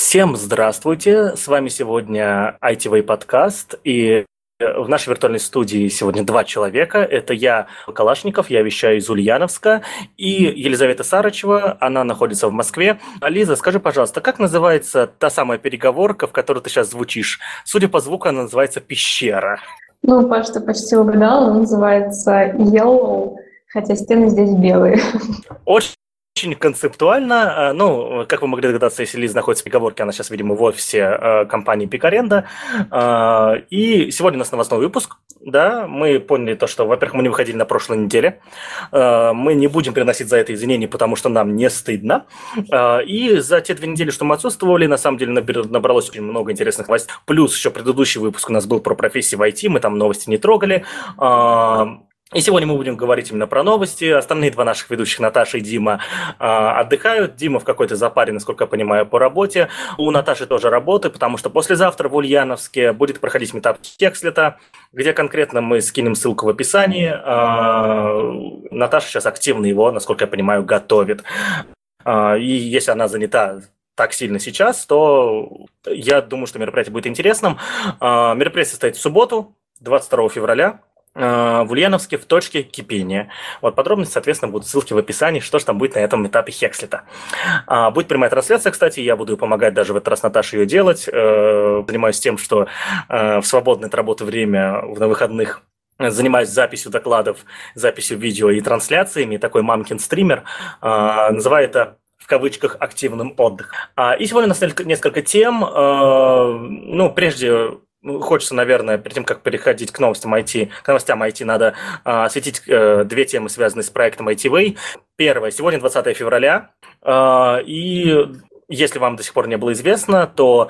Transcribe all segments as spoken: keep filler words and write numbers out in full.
Всем здравствуйте! С вами сегодня ай ти ви подкаст, и в нашей виртуальной студии сегодня два человека. Это я, Калашников, я вещаю из Ульяновска, и Елизавета Сарычева, она находится в Москве. Лиза, скажи, пожалуйста, как называется та самая переговорка, в которой ты сейчас звучишь? Судя по звуку, она называется «Пещера». Ну, Паш, ты почти угадал, он называется Yellow, хотя стены здесь белые. Очень Очень концептуально. Ну, как вы могли догадаться, если Лиза находится в переговорке, она сейчас, видимо, в офисе э, компании Пикаренда. Э, и сегодня у нас новостной выпуск. Да, мы поняли то, что, во-первых, мы не выходили на прошлой неделе. Э, мы не будем приносить за это извинения, потому что нам не стыдно. Э, и за те две недели, что мы отсутствовали, на самом деле набралось очень много интересных новостей. Плюс еще предыдущий выпуск у нас был про профессии в ай ти, мы там новости не трогали. Э, И сегодня мы будем говорить именно про новости. Остальные два наших ведущих, Наташа и Дима, отдыхают. Дима в какой-то запаре, насколько я понимаю, по работе. У Наташи тоже работы, потому что послезавтра в Ульяновске будет проходить митап Хекслета, где конкретно мы скинем ссылку в описании. Наташа сейчас активно его, насколько я понимаю, готовит. И если она занята так сильно сейчас, то я думаю, что мероприятие будет интересным. Мероприятие состоит в субботу, двадцать второго февраля. В Ульяновске в точке кипения. Вот подробности, соответственно, будут ссылки в описании, что же там будет на этом этапе Хекслета. Будет прямая трансляция, кстати, я буду помогать даже в этот раз Наташе ее делать. Занимаюсь тем, что в свободное от работы время на выходных занимаюсь записью докладов, записью видео и трансляциями. Такой мамкин стример. Называю это в кавычках активным отдыхом. И сегодня у нас несколько тем. Ну, прежде... Хочется, наверное, перед тем, как переходить к новостям ай ти, к новостям ай ти, надо э, осветить э, две темы, связанные с проектом ай ти ви. Первое. Сегодня двадцатое февраля. Э, и если вам до сих пор не было известно, то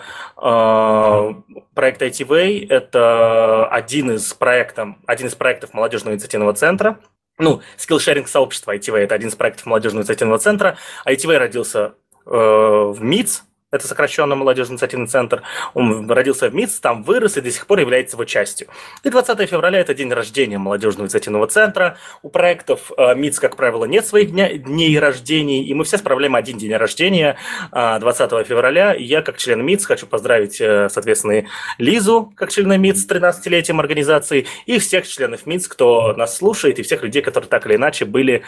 э, проект ай ти ви – это один из, проектов, один из проектов молодежного инициативного центра. Ну, скиллшеринг сообщества ай ти ви – это один из проектов молодежного инициативного центра. ай ти ви родился э, в МИЦ. Это сокращенно молодежный инициативный центр. Он родился в МИЦ, там вырос и до сих пор является его частью. И двадцатое февраля – это день рождения молодежного инициативного центра. У проектов МИЦ, как правило, нет своих дня, дней рождений, и мы все справляем один день рождения двадцатого февраля. И я, как член МИЦ, хочу поздравить, соответственно, Лизу, как члена МИЦ с тринадцатилетием организации, и всех членов МИЦ, кто нас слушает, и всех людей, которые так или иначе были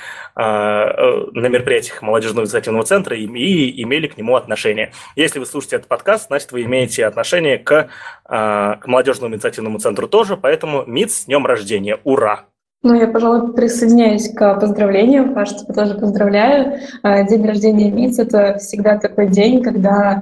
на мероприятиях молодежного инициативного центра и, и имели к нему отношение. Если вы слушаете этот подкаст, значит, вы имеете отношение к, к молодежному инициативному центру тоже, поэтому МИЦ с днем рождения. Ура! Ну, я, пожалуй, присоединяюсь к поздравлениям. Паш, тебя тоже поздравляю. День рождения МИЦ — это всегда такой день, когда,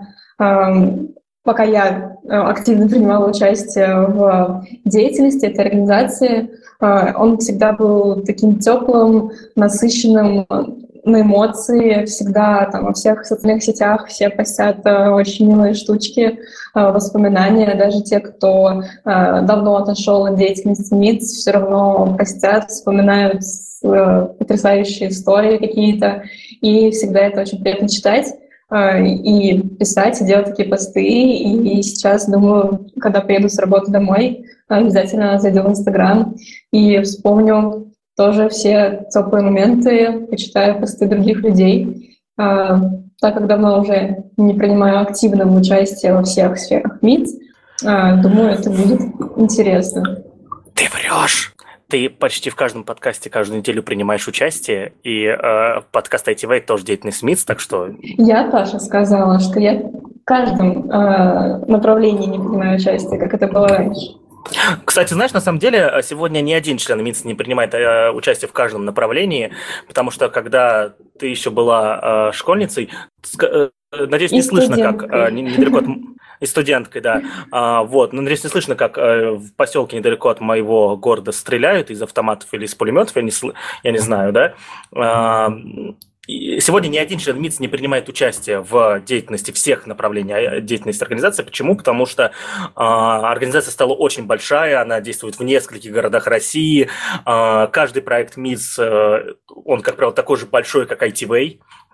пока я активно принимала участие в деятельности этой организации, он всегда был таким теплым, насыщенным на эмоции, всегда там во всех социальных сетях все постят э, очень милые штучки, э, воспоминания, даже те, кто э, давно отошел от деятельности МИЦ, все равно постят, вспоминают э, потрясающие истории какие-то, и всегда это очень приятно читать э, и писать, и делать такие посты, и, и сейчас, думаю, когда приеду с работы домой, обязательно зайду в Инстаграм и вспомню тоже все теплые моменты, почитаю посты других людей. А, так как давно уже не принимаю активного участия во всех сферах МИЦ, а, думаю, это будет интересно. Ты врешь! Ты почти в каждом подкасте каждую неделю принимаешь участие, и э, подкаст ай ти ви тоже деятельность МИЦ, так что... Я, Таша, сказала, что я в каждом э, направлении не принимаю участие, как это было раньше. Кстати, знаешь, на самом деле сегодня ни один член МИЦ не принимает э, участие в каждом направлении, потому что когда ты еще была э, школьницей, э, надеюсь, не слышно, как э, недалеко от... И студенткой, да. А, вот. Но надеюсь, не слышно, как э, в поселке недалеко от моего города стреляют из автоматов или из пулеметов, я не, сл... я не знаю, да. А, сегодня ни один член МИЦ не принимает участие в деятельности всех направлений деятельности организации. Почему? Потому что э, организация стала очень большая, она действует в нескольких городах России. Э, каждый проект МИЦ, э, он, как правило, такой же большой, как ай ти ви.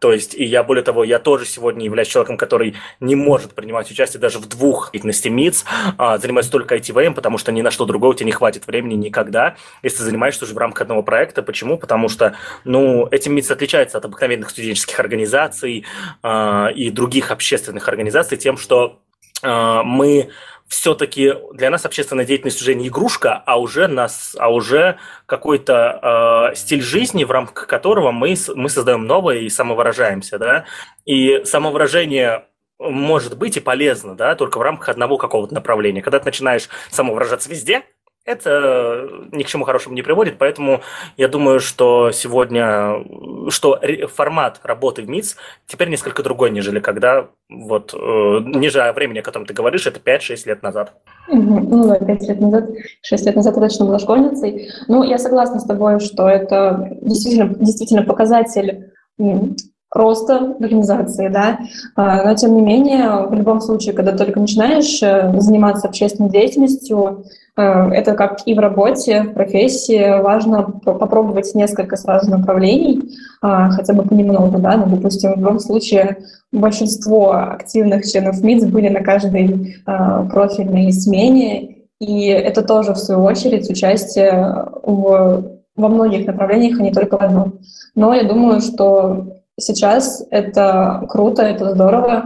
То есть, и я, более того, я тоже сегодня являюсь человеком, который не может принимать участие даже в двух деятельности МИЦ, а, занимаюсь только ай ти ви эм, потому что ни на что другое у тебя не хватит времени никогда, если ты занимаешься уже в рамках одного проекта. Почему? Потому что, ну, этим МИЦ отличается от обыкновенных студенческих организаций а, и других общественных организаций тем, что а, мы все-таки, для нас общественная деятельность уже не игрушка, а уже, нас, а уже какой-то э, стиль жизни, в рамках которого мы, мы создаем новое и самовыражаемся. Да? И самовыражение может быть и полезно, да, только в рамках одного какого-то направления. Когда ты начинаешь самовыражаться везде, это ни к чему хорошему не приводит, поэтому я думаю, что сегодня, что формат работы в МИЦ теперь несколько другой, нежели когда, вот, э, ниже времени, о котором ты говоришь, это пять-шесть лет назад. Угу. Ну да, пять лет назад, шесть лет назад я точно была школьницей. Ну, я согласна с тобой, что это действительно, действительно показатель роста организации, да, но тем не менее, в любом случае, когда только начинаешь заниматься общественной деятельностью, это как и в работе, в профессии, важно попробовать несколько сразу направлений, хотя бы понемногу, да, ну, допустим, в любом случае большинство активных членов МИЦ были на каждой профильной смене, и это тоже, в свою очередь, участие в, во многих направлениях, а не только в одном. Но я думаю, что сейчас это круто, это здорово,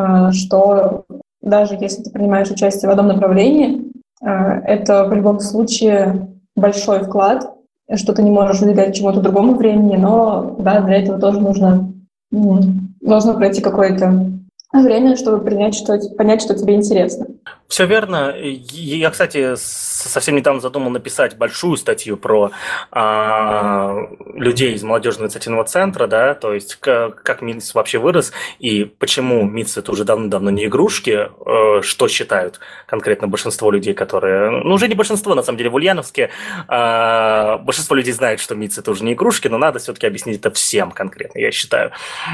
что даже если ты принимаешь участие в одном направлении, это в любом случае большой вклад, что ты не можешь уделять чему-то другому времени, но да, для этого тоже нужно, должно пройти какое-то время, чтобы принять, что, понять, что тебе интересно. Все верно. Я, кстати, совсем недавно задумал написать большую статью про а, людей из молодежного инициативного центра, да, то есть как, как МИЦ вообще вырос и почему МИЦ это уже давно-давно не игрушки, э, что считают конкретно большинство людей, которые, ну уже не большинство, на самом деле в Ульяновске э, большинство людей знает, что МИЦ это уже не игрушки, но надо все-таки объяснить это всем конкретно, я считаю.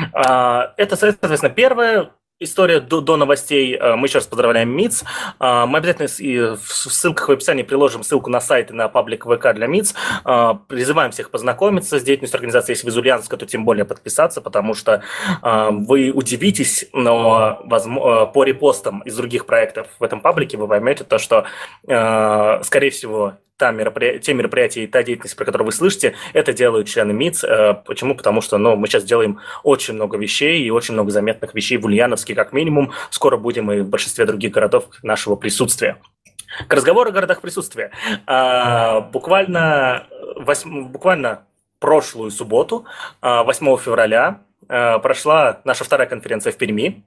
А, это, соответственно, первое. История до, до новостей. Мы еще раз поздравляем МИЦ. Мы обязательно в ссылках в описании приложим ссылку на сайт и на паблик ВК для МИЦ. Призываем всех познакомиться с деятельностью организации. Если вы из Ульяновска, то тем более подписаться, потому что вы удивитесь, но по репостам из других проектов в этом паблике вы поймете то, что, скорее всего, Та меропри... те мероприятия и та деятельность, про которую вы слышите, это делают члены МИЦ. Почему? Потому что ну, мы сейчас делаем очень много вещей и очень много заметных вещей в Ульяновске, как минимум. Скоро будем и в большинстве других городов нашего присутствия. К разговору о городах присутствия. А, буквально, восьм... буквально прошлую субботу, восьмого февраля, прошла наша вторая конференция в Перми.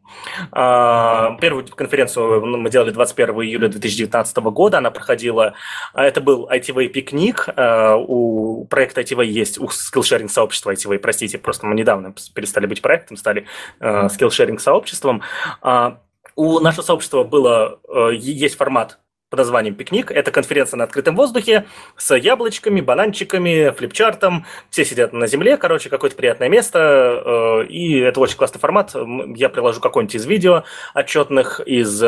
Первую конференцию мы делали двадцать первого июля две тысячи девятнадцатого года. Она проходила... Это был ай ти ви пикник. У проекта ай ти ви есть, у скиллшеринг сообщества ай ти ви, простите, просто мы недавно перестали быть проектом, стали скиллшеринг сообществом. У нашего сообщества было, есть формат под названием «Пикник». Это конференция на открытом воздухе с яблочками, бананчиками, флипчартом. Все сидят на земле, короче, какое-то приятное место. И это очень классный формат. Я приложу какой-нибудь из видео отчетных из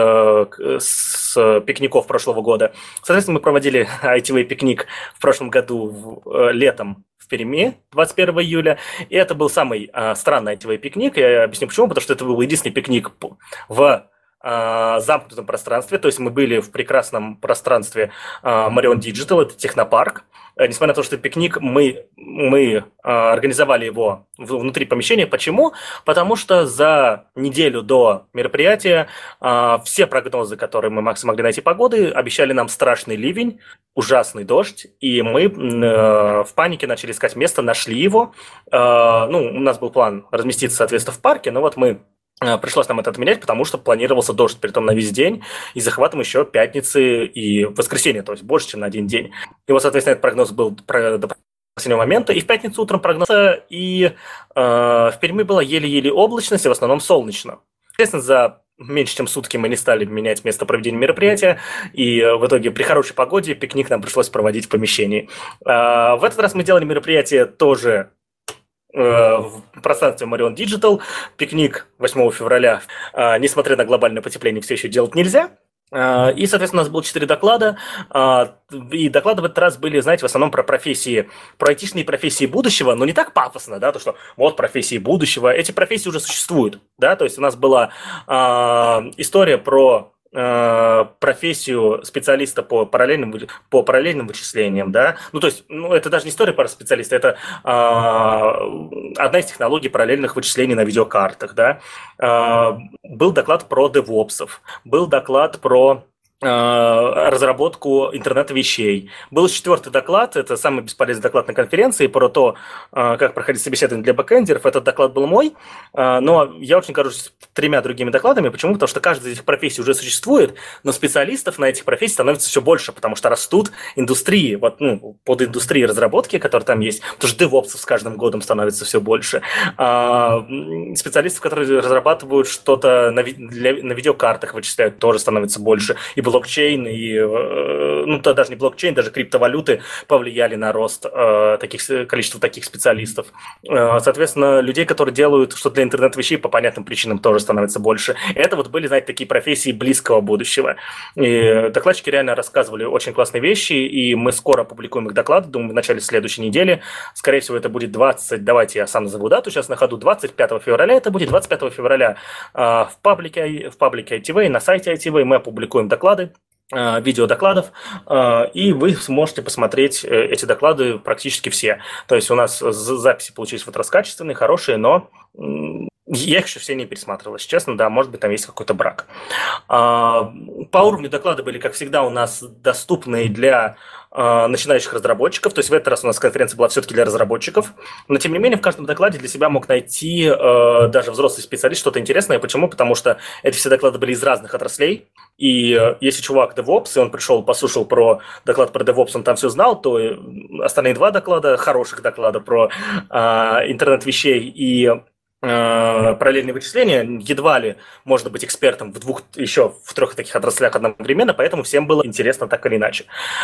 с пикников прошлого года. Соответственно, мы проводили ай ти ви пикник в прошлом году летом в Перми двадцать первого июля. И это был самый странный ай ти ви пикник. Я объясню почему. Потому что это был единственный пикник в замкнутом пространстве, то есть мы были в прекрасном пространстве Marion Digital, это технопарк. Несмотря на то, что пикник, мы, мы организовали его внутри помещения. Почему? Потому что за неделю до мероприятия все прогнозы, которые мы смогли найти погоды, обещали нам страшный ливень, ужасный дождь, и мы в панике начали искать место, нашли его. Ну, у нас был план разместиться, соответственно, в парке, но вот мы пришлось нам это отменять, потому что планировался дождь, притом на весь день, и захватом еще пятницы и воскресенья, то есть больше, чем на один день. И вот, соответственно, этот прогноз был до последнего момента, и в пятницу утром прогноз, и э, в Перми была еле-еле облачность, и в основном солнечно. Естественно, за меньше чем сутки мы не стали менять место проведения мероприятия, и в итоге при хорошей погоде пикник нам пришлось проводить в помещении. Э, в этот раз мы делали мероприятие тоже в пространстве Marion Digital. Пикник восьмого февраля, несмотря на глобальное потепление, все еще делать нельзя. И, соответственно, у нас было четыре доклада, и доклады в этот раз были, знаете, в основном про профессии, про айтишные профессии будущего, но не так пафосно, да, то, что вот профессии будущего, эти профессии уже существуют, да, то есть у нас была история про профессию специалиста по параллельным, по параллельным вычислениям, да, ну, то есть, ну, это даже не история про специалиста, это а, одна из технологий параллельных вычислений на видеокартах, да, а, был доклад про девопсов, был доклад про разработку интернета вещей. Был четвертый доклад, это самый бесполезный доклад на конференции, про то, как проходить собеседование для бэкэндеров. Этот доклад был мой, но я очень горжусь тремя другими докладами. Почему? Потому что каждая из этих профессий уже существует, но специалистов на этих профессиях становится все больше, потому что растут индустрии, вот, ну, под индустрии разработки, которые там есть, потому что девопсов с каждым годом становится все больше. Специалистов, которые разрабатывают что-то на, ви- для, на видеокартах, вычисляют, тоже становится больше. И блокчейн, и, ну, то даже не блокчейн, даже криптовалюты повлияли на рост э, таких, количества таких специалистов. Э, соответственно, людей, которые делают что-то для интернет-вещей, по понятным причинам тоже становится больше. Это вот были, знаете, такие профессии близкого будущего. И докладчики реально рассказывали очень классные вещи, и мы скоро опубликуем их доклады, думаю, в начале следующей недели. Скорее всего, это будет двадцать, давайте я сам назову дату сейчас на ходу, двадцать пятого февраля это будет, двадцать пятого февраля э, в паблике, в паблике ай ти ви, на сайте ай ти ви мы опубликуем доклады, видео докладов, и вы сможете посмотреть эти доклады практически все. То есть у нас записи получились вот раскачественные, хорошие, но я их еще все не пересматривал, если честно, да, может быть, там есть какой-то брак. По уровню доклады были, как всегда, у нас доступны для начинающих разработчиков, то есть в этот раз у нас конференция была все-таки для разработчиков, но тем не менее в каждом докладе для себя мог найти э, даже взрослый специалист что-то интересное. Почему? Потому что эти все доклады были из разных отраслей, и э, если чувак DevOps, и он пришел, послушал про доклад про DevOps, он там все знал, то остальные два доклада, хороших доклада про э, интернет вещей и параллельные вычисления, едва ли можно быть экспертом в двух, еще в трех таких отраслях одновременно, поэтому всем было интересно так или иначе.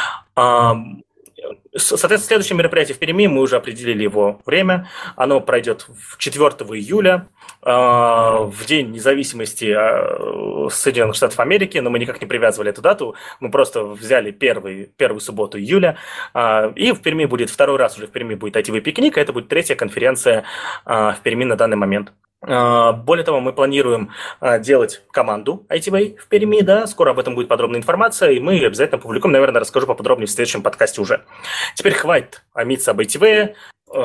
Соответственно, следующее мероприятие в Перми, мы уже определили его время, оно пройдет четвёртого июля, в День независимости Соединенных Штатов Америки, но мы никак не привязывали эту дату, мы просто взяли первый, первую субботу июля, и в Перми будет второй раз уже в Перми будет ай ти ви-пикник, это будет третья конференция в Перми на данный момент. Более того, мы планируем делать команду ай ти ви в Перми, да, скоро об этом будет подробная информация, и мы обязательно публикуем, наверное, расскажу поподробнее в следующем подкасте уже. Теперь хватит омиться об ай ти ви,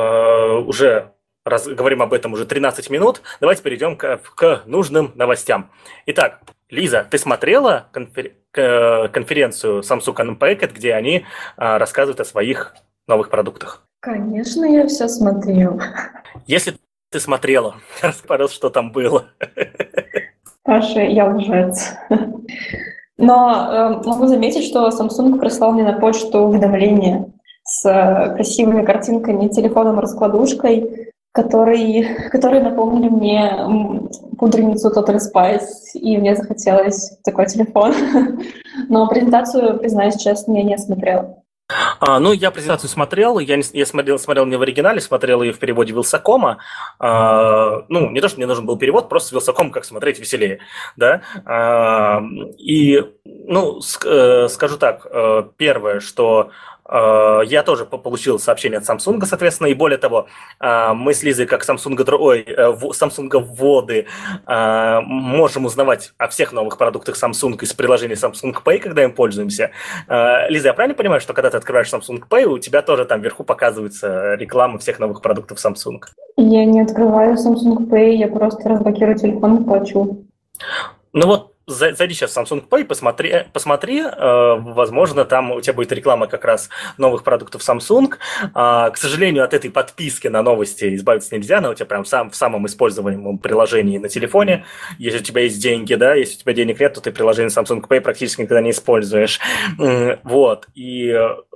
уже раз, говорим об этом уже тринадцать минут, давайте перейдем к, к нужным новостям. Итак, Лиза, ты смотрела конфер... конференцию Samsung Unpacked, где они рассказывают о своих новых продуктах? Конечно, я все смотрю. Если ты смотрела, расскажи, пожалуйста, что там было. Паша, я лжец. Но э, могу заметить, что Samsung прислал мне на почту уведомление с э, красивыми картинками, телефоном-раскладушкой, который, которые напомнили мне м, пудреницу Total Spice, и мне захотелось такой телефон. Но презентацию, признаюсь честно, я не смотрела. А, ну, я презентацию смотрел, я, не, я смотрел, смотрел не в оригинале, смотрел ее в переводе Вилсакома. А, ну, не то, что мне нужен был перевод, просто Вилсаком как смотреть веселее, да. А, и, ну, ск, э, скажу так, э, первое, что я тоже получил сообщение от Samsung, соответственно, и более того, мы с Лизой, как Samsung, ой, Samsung-вводы, можем узнавать о всех новых продуктах Samsung из приложения Samsung Pay, когда им пользуемся. Лиза, я правильно понимаю, что когда ты открываешь Samsung Pay, у тебя тоже там вверху показывается реклама всех новых продуктов Samsung? Я не открываю Samsung Pay, я просто разблокирую телефон и плачу. Ну вот, зайди сейчас в Samsung Pay, посмотри, посмотри, возможно, там у тебя будет реклама как раз новых продуктов Samsung. К сожалению, от этой подписки на новости избавиться нельзя, она у тебя прям сам, в самом используемом приложении на телефоне. Если у тебя есть деньги, да, если у тебя денег нет, то ты приложение Samsung Pay практически никогда не используешь. Вот, и,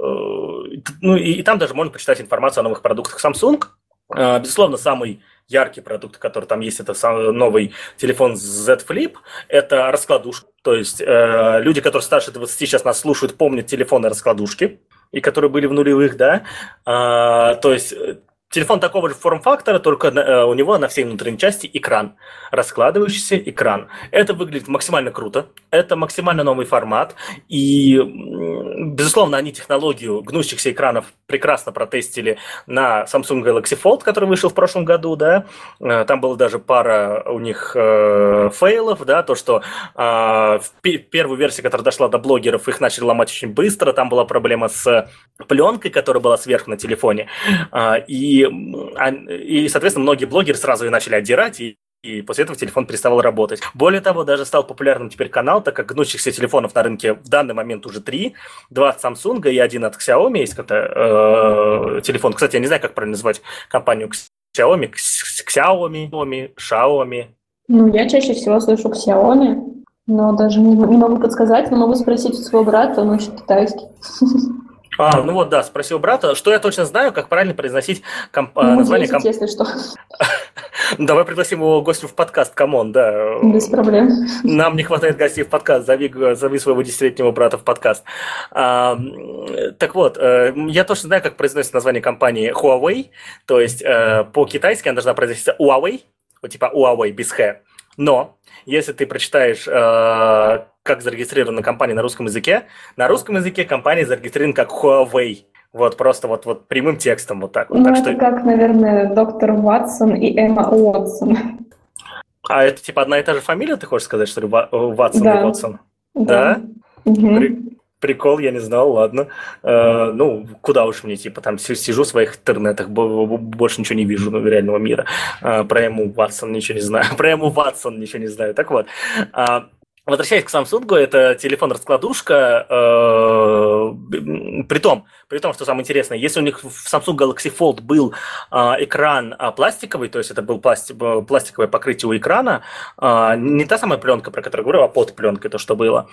ну, и, и там даже можно почитать информацию о новых продуктах Samsung. Безусловно, самый яркий продукт, который там есть, это новый телефон Z Flip, это раскладушка. То есть э, люди, которые старше двадцати сейчас нас слушают, помнят телефоны раскладушки, и которые были в нулевых, да. А, то есть Телефон такого же форм-фактора, только э, у него на всей внутренней части экран, раскладывающийся экран. Это выглядит максимально круто, это максимально новый формат, и, безусловно, они технологию гнущихся экранов прекрасно протестили на Samsung Galaxy Fold, который вышел в прошлом году, да, там была даже пара у них э, фейлов, да, то, что э, в п- первую версию, которая дошла до блогеров, их начали ломать очень быстро, там была проблема с пленкой, которая была сверху на телефоне, э, и И, соответственно, многие блогеры сразу ее начали отдирать, и, и после этого телефон переставал работать. Более того, даже стал популярным теперь канал, так как гнущихся телефонов на рынке в данный момент уже три. Два от Samsung и один от Xiaomi. Есть как-то э, телефон. Кстати, я не знаю, как правильно назвать компанию Xiaomi. Xiaomi, Xiaomi, Xiaomi. Ну, я чаще всего слышу Xiaomi, но даже не, не могу подсказать, но могу спросить у своего брата, он учит китайский. А, ну вот, да, спросил брата. Что я точно знаю, как правильно произносить комп... Ну, название десять, компании. если что. Давай пригласим его гостю в подкаст, камон, да. Без проблем. Нам не хватает гостей в подкаст, зови, зови своего десятилетнего брата в подкаст. А, так вот, я точно знаю, как произносится название компании Huawei, то есть по-китайски она должна произноситься Huawei, вот типа Huawei без Х, но если ты прочитаешь, как зарегистрирована компания на русском языке, на русском языке компания зарегистрирована как Huawei. Вот просто вот, вот прямым текстом вот так вот. Ну, так это что... как, наверное, доктор Ватсон и Эмма Уотсон. А это типа одна и та же фамилия, ты хочешь сказать, что ли, Ватсон да. и Ватсон? Да? Да? Угу. При... Прикол, я не знал, ладно. Э, ну, куда уж мне, типа, там сижу в своих интернетах, больше ничего не вижу ну, реального мира. Э, про Эмму Ватсон ничего не знаю. Про Эмму Ватсон ничего не знаю. Так вот. Э, Возвращаясь к Samsung, это телефон-раскладушка, э, при том, при том, что самое интересное, если у них в Samsung Galaxy Fold был э, экран э, пластиковый, то есть это был пластик, пластиковое покрытие у экрана, э, не та самая пленка, про которую я говорю, а под пленкой то, что было,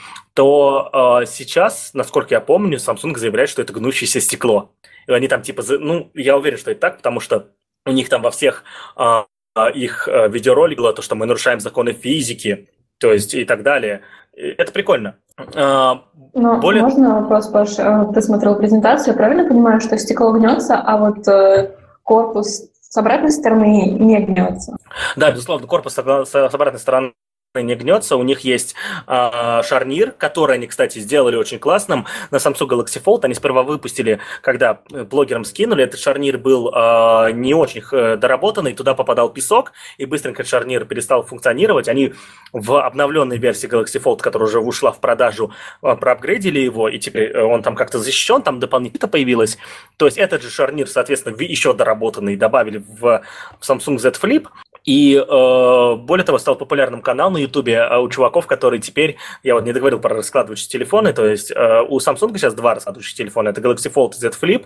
то э, сейчас, насколько я помню, Samsung заявляет, что это гнущееся стекло. И они там типа, ну, я уверен, что это так, потому что у них там во всех э, их видеороликах было то, что мы нарушаем законы физики, то есть и так далее. Это прикольно. Но Более... Можно вопрос, Паш? Ты смотрел презентацию, я правильно понимаю, что стекло гнется, а вот корпус с обратной стороны не гнется? Да, безусловно, корпус с обратной стороны не гнется. У них есть э, шарнир, который они, кстати, сделали очень классным. На Samsung Galaxy Fold они сперва выпустили, когда блогерам скинули, этот шарнир был э, не очень доработанный, туда попадал песок, и быстренько шарнир перестал функционировать. Они в обновленной версии Galaxy Fold, которая уже ушла в продажу, э, проапгрейдили его, и теперь он там как-то защищен, там дополнительно появилось. То есть этот же шарнир, соответственно, еще доработанный, добавили в Samsung Z Flip. И э, более того, стал популярным канал на Ютубе у чуваков, которые теперь, я вот не договорил про раскладывающие телефоны, то есть э, у Samsung сейчас два раскладывающих телефона, это Galaxy Fold и Z Flip,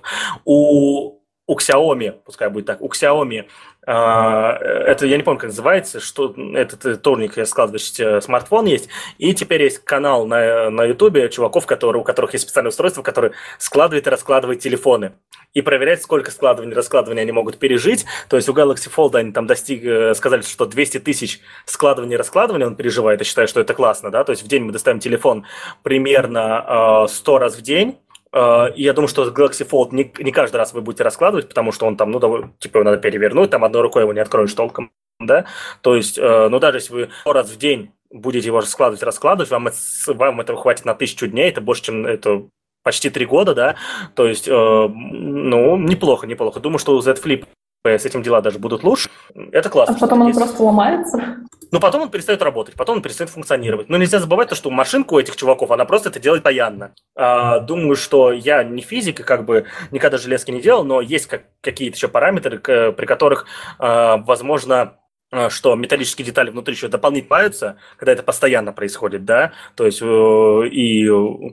у, у Xiaomi, пускай будет так, у Xiaomi, э, это я не помню, как называется, что этот турник раскладывающий смартфон есть, и теперь есть канал на, на Ютубе чуваков, которые, у которых есть специальное устройство, которое складывает и раскладывает телефоны. И проверять, сколько складываний и раскладываний они могут пережить. То есть у Galaxy Fold они там достиг, сказали, что двести тысяч складываний и раскладываний он переживает. Я считаю, что это классно, да. То есть в день мы доставим телефон примерно сто раз в день. И я думаю, что Galaxy Fold не, не каждый раз вы будете раскладывать, потому что он там, ну, довольно, типа, его надо перевернуть, там одной рукой его не откроешь толком, да. То есть, ну, даже если вы сто раз в день будете его раскладывать, раскладывать, вам, вам этого хватит на тысячу дней, это больше, чем это... Почти три года, да, то есть, э, ну, неплохо, неплохо. Думаю, что у Z Flip с этим дела даже будут лучше. Это классно. А потом он есть. Просто ломается? Ну, потом он перестает работать, потом он перестает функционировать. Но нельзя забывать то, что машинка у этих чуваков, она просто это делает постоянно. А, думаю, что я не физик, и как бы никогда железки не делал, но есть как, какие-то еще параметры, к, при которых, а, возможно... что металлические детали внутри еще дополнительно маются, когда это постоянно происходит, да, то есть и,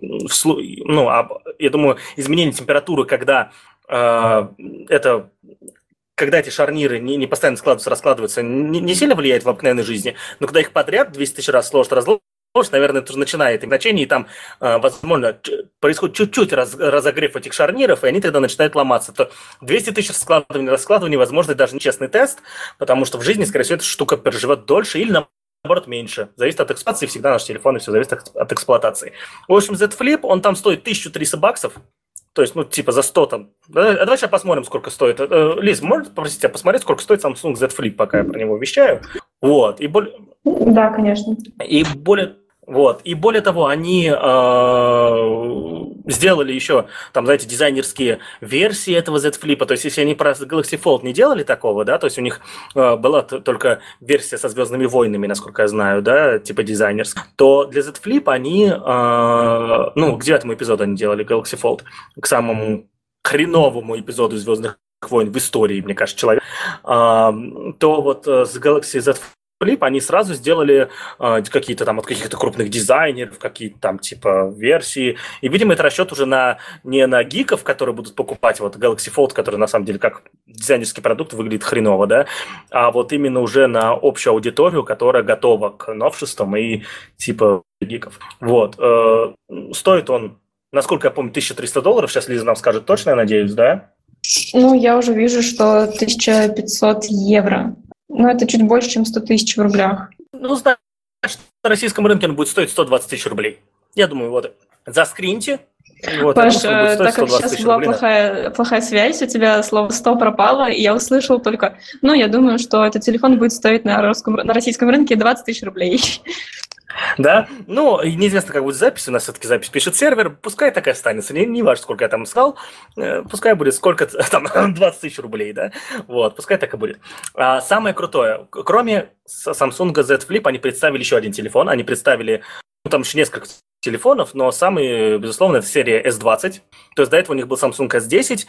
ну, я думаю, изменение температуры, когда э, это, когда эти шарниры не, не постоянно складываются, раскладываются, не, не сильно влияет в обыкновенной жизни, но когда их подряд двести тысяч раз сложат, разложат, наверное, это уже начинает значение, и там, возможно, происходит чуть-чуть раз, разогрев этих шарниров, и они тогда начинают ломаться. То двести тысяч складываний, раскладываний, возможно, даже нечестный тест, потому что в жизни, скорее всего, эта штука переживет дольше или, наоборот, меньше. Зависит от эксплуатации, всегда наши телефоны, все зависит от, от эксплуатации. В общем, Z Flip, он там стоит тысяча триста баксов, То есть, ну, типа за сто там. Да, давай сейчас посмотрим, сколько стоит. Э, Лиз, можешь попросить тебя посмотреть, сколько стоит Samsung Z Flip, пока я про него вещаю? Вот. И более... Да, конечно. И более... Вот. И более того, они э, сделали еще, там, знаете, дизайнерские версии этого Z Flip. То есть, если они про Galaxy Fold не делали такого, да, то есть у них э, была т- только версия со Звездными войнами, насколько я знаю, да, типа дизайнерская, то для Z Flip они, э, ну, к девятому эпизоду они делали Galaxy Fold, к самому хреновому эпизоду Звездных войн в истории, мне кажется, человек, э, то вот э, с Galaxy Z Flip они сразу сделали э, какие-то там от каких-то крупных дизайнеров, какие-то там типа версии. И, видимо, это расчет уже на не на гиков, которые будут покупать вот Galaxy Fold, который на самом деле как дизайнерский продукт выглядит хреново, да, а вот именно уже на общую аудиторию, которая готова к новшествам и типа гиков. Вот. Э, стоит он, насколько я помню, тысяча триста долларов. Сейчас Лиза нам скажет точно, я надеюсь, да? Ну, я уже вижу, что тысяча пятьсот евро. Ну, это чуть больше, чем сто тысяч в рублях. Ну, знаешь, на российском рынке он будет стоить сто двадцать тысяч рублей. Я думаю, вот заскриньте. Вот, Паш, думаю, так как сейчас была рублей, плохая, плохая связь, у тебя слово «сто» пропало, и я услышала только, ну, я думаю, что этот телефон будет стоить на, русском, на российском рынке двадцать тысяч рублей. Да, ну, неизвестно, как будет запись, у нас все-таки запись пишет сервер, пускай так и останется, не, не важно, сколько я там сказал, пускай будет сколько там, двадцать тысяч рублей, да, вот, пускай так и будет. А самое крутое, кроме Samsung Z Flip, они представили еще один телефон, они представили, ну, там еще несколько телефонов, но самый, безусловно, это серия эс двадцать. То есть до этого у них был Samsung эс десять,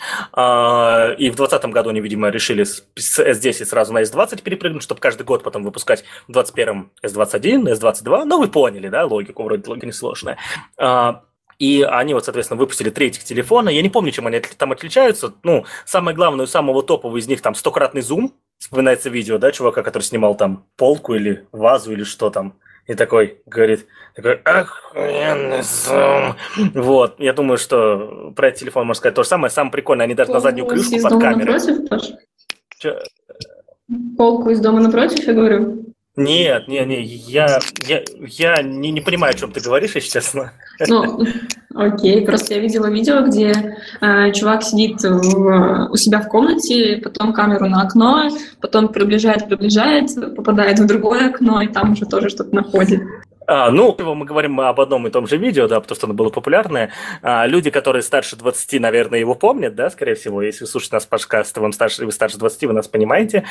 э, и в двадцатом году они, видимо, решили с эс десять сразу на эс двадцать перепрыгнуть, чтобы каждый год потом выпускать в двадцать первом эс двадцать один, эс двадцать два. Ну, вы поняли, да, логику, вроде логика несложная. Э, и они вот, соответственно, выпустили три этих телефона. Я не помню, чем они там отличаются. Ну, самое главное, у самого топового из них там стократный зум. Вспоминается видео, да, чувака, который снимал там полку или вазу или что там. И такой говорит, такой, охуенный зум. Вот, я думаю, что про этот телефон можно сказать то же самое. Самое прикольное, они даже Полку на заднюю крышку из под дома камерой. Напротив, Паш? Чё? Полку из дома напротив, я говорю. Нет, не, не, я, я, я не, не понимаю, о чем ты говоришь, если честно. Ну, окей, просто я видела видео, где э, чувак сидит в, у себя в комнате, потом камеру на окно, потом приближает, приближает, попадает в другое окно, и там уже тоже что-то находит. А, ну, мы говорим об одном и том же видео, да, потому что оно было популярное. А, люди, которые старше двадцати, наверное, его помнят, да, скорее всего. Если вы слушаете нас подкаст, вам старше, вы старше двадцати, вы нас понимаете.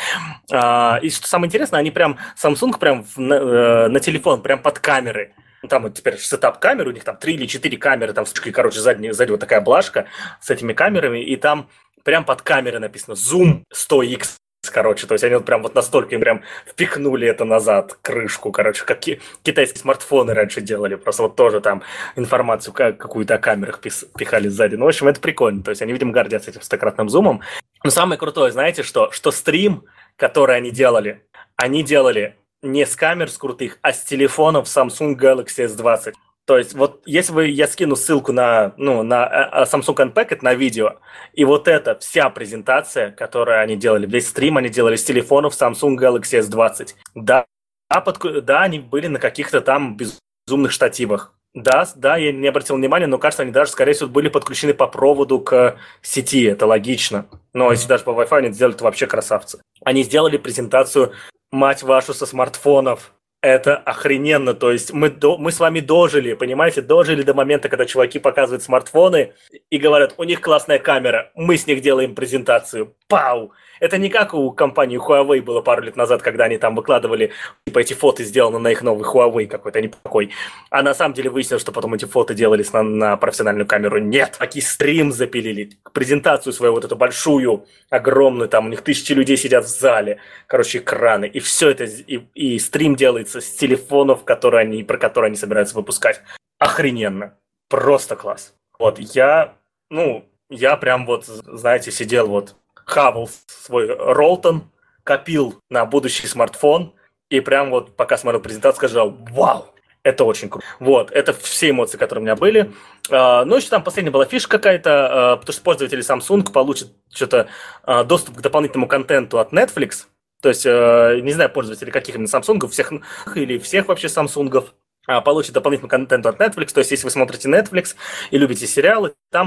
А, и что самое интересное, они прям, Samsung прям в, на, на телефон, прям под камеры. Там вот теперь сетап камеры, у них там три или четыре камеры, там, короче, сзади, сзади вот такая блажка с этими камерами, и там прям под камерой написано Zoom сто икс. Короче, то есть они вот прям вот настолько им прям впихнули это назад, крышку, короче, как ки- китайские смартфоны раньше делали, просто вот тоже там информацию как, какую-то о камерах пис- пихали сзади. Ну, в общем, это прикольно, то есть они, видимо, гордятся этим стократным зумом. Но самое крутое, знаете что? Что стрим, который они делали, они делали не с камер с крутых, а с телефонов Samsung Galaxy эс двадцать. То есть вот если вы, я скину ссылку на, ну, на Samsung Unpacked, на видео, и вот эта вся презентация, которую они делали, весь стрим они делали с телефонов Samsung Galaxy эс двадцать. Да, под, да, они были на каких-то там безумных штативах. Да, да, я не обратил внимания, но кажется, они даже, скорее всего, были подключены по проводу к сети, это логично. Но если даже по Wi-Fi они сделали, то вообще красавцы. Они сделали презентацию, мать вашу, со смартфонов. Это охрененно, то есть мы, до, мы с вами дожили, понимаете, дожили до момента, когда чуваки показывают смартфоны и говорят, у них классная камера, мы с них делаем презентацию. Пау! Это не как у компании Huawei было пару лет назад, когда они там выкладывали, типа, эти фото сделаны на их новый Huawei какой-то, а не такой. А на самом деле выяснилось, что потом эти фото делались на, на профессиональную камеру. Нет, такие стрим запилили, презентацию свою вот эту большую, огромную, там у них тысячи людей сидят в зале, короче, экраны, и все это, и, и стрим делается с телефонов, которые они, про которые они собираются выпускать. Охрененно. Просто класс. Вот, я, ну, я прям вот, знаете, сидел вот, хавал свой Ролтон, копил на будущий смартфон, и прям вот, пока смотрел презентацию, сказал, вау, это очень круто. Вот, это все эмоции, которые у меня были. Uh, ну, еще там последняя была фишка какая-то, uh, потому что пользователи Samsung получат что-то uh, доступ к дополнительному контенту от Netflix. То есть, uh, не знаю, пользователи каких именно Samsung, всех или всех вообще Samsung, uh, получат дополнительный контент от Netflix. То есть, если вы смотрите Netflix и любите сериалы, там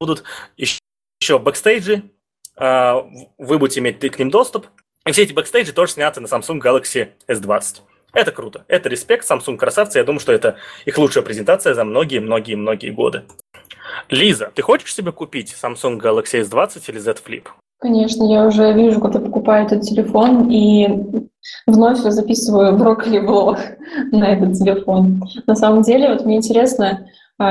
будут еще, еще бэкстейджи, вы будете иметь к ним доступ, и все эти бэкстейджи тоже сняты на Samsung Galaxy эс двадцать. Это круто, это респект, Samsung красавцы, я думаю, что это их лучшая презентация за многие-многие-многие годы. Лиза, ты хочешь себе купить Samsung Galaxy эс двадцать или Z Flip? Конечно, я уже вижу, как я покупаю этот телефон, и вновь записываю брокколи-блог на этот телефон. На самом деле, вот мне интересно,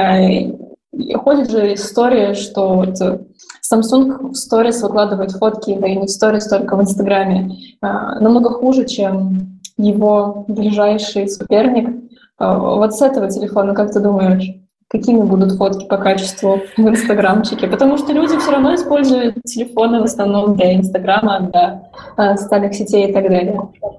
ходит же история, что вот Samsung в сторис выкладывает фотки, да и не в сторис, только в Инстаграме, намного хуже, чем его ближайший соперник. Вот с этого телефона, как ты думаешь, какими будут фотки по качеству в Инстаграмчике? Потому что люди все равно используют телефоны в основном для Инстаграма, для социальных сетей и так далее.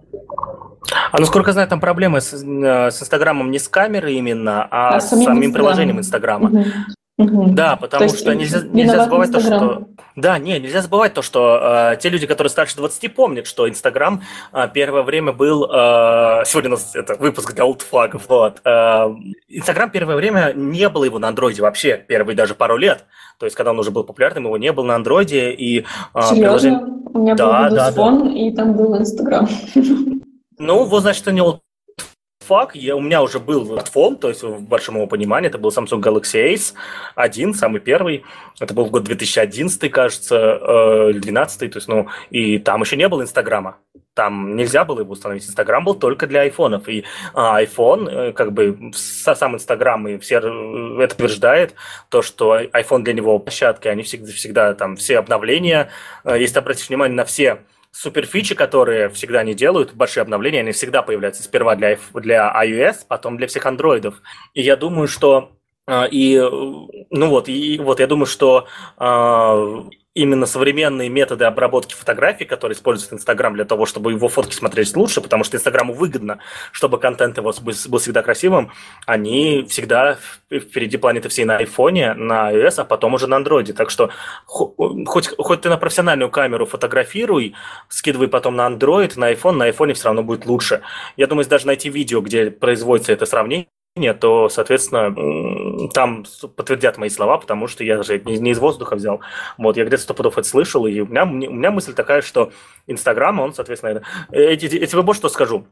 А насколько я знаю, там проблемы с, с Инстаграмом не с камерой именно, а, а с самим, самим приложением Инстаграма. Угу. Угу. Да, потому то что нельзя, нельзя забывать Instagram. то, что... Да, не, нельзя забывать то, что э, те люди, которые старше двадцати, помнят, что Инстаграм э, первое время был... Э, сегодня у нас это выпуск для олдфлагов. Вот, Инстаграм э, первое время не было его на андроиде вообще, первые даже пару лет. То есть, когда он уже был популярным, его не было на андроиде. И, э, Серьезно? Приложение... У меня да, был Windows Phone, да, да. И там был Инстаграм. Ну, вот, значит, это не олдфлаг. Фак, я, у меня уже был смартфон, то есть в большом его понимании, это был Samsung Galaxy Ace один, самый первый, это был год две тысячи одиннадцатый, кажется, э, или двенадцатый, то есть, ну, и там еще не было Инстаграма, там нельзя было его установить, Инстаграм был только для айфонов, и а, iPhone, э, как бы, сам Инстаграм, и все это подтверждает, то, что iPhone для него площадка, они всегда, всегда там, все обновления, э, если обратить внимание на все суперфичи, которые всегда они делают, большие обновления, они всегда появляются сперва для, для iOS, потом для всех андроидов. И я думаю, что э, и ну вот, и вот я думаю, что э, именно современные методы обработки фотографий, которые использует Инстаграм для того, чтобы его фотки смотрелись лучше, потому что Инстаграму выгодно, чтобы контент его был всегда красивым, они всегда впереди планеты всей на айфоне, на iOS, а потом уже на андроиде. Так что хоть, хоть ты на профессиональную камеру фотографируй, скидывай потом на андроид, на iPhone, на айфоне все равно будет лучше. Я думаю, если даже найти видео, где производится это сравнение, то, соответственно, там подтвердят мои слова, потому что я же не, не из воздуха взял. Вот, я где-то сто пудов это слышал, и у меня, у меня мысль такая, что Инстаграм, он, соответственно, эти, я тебе вот что скажу.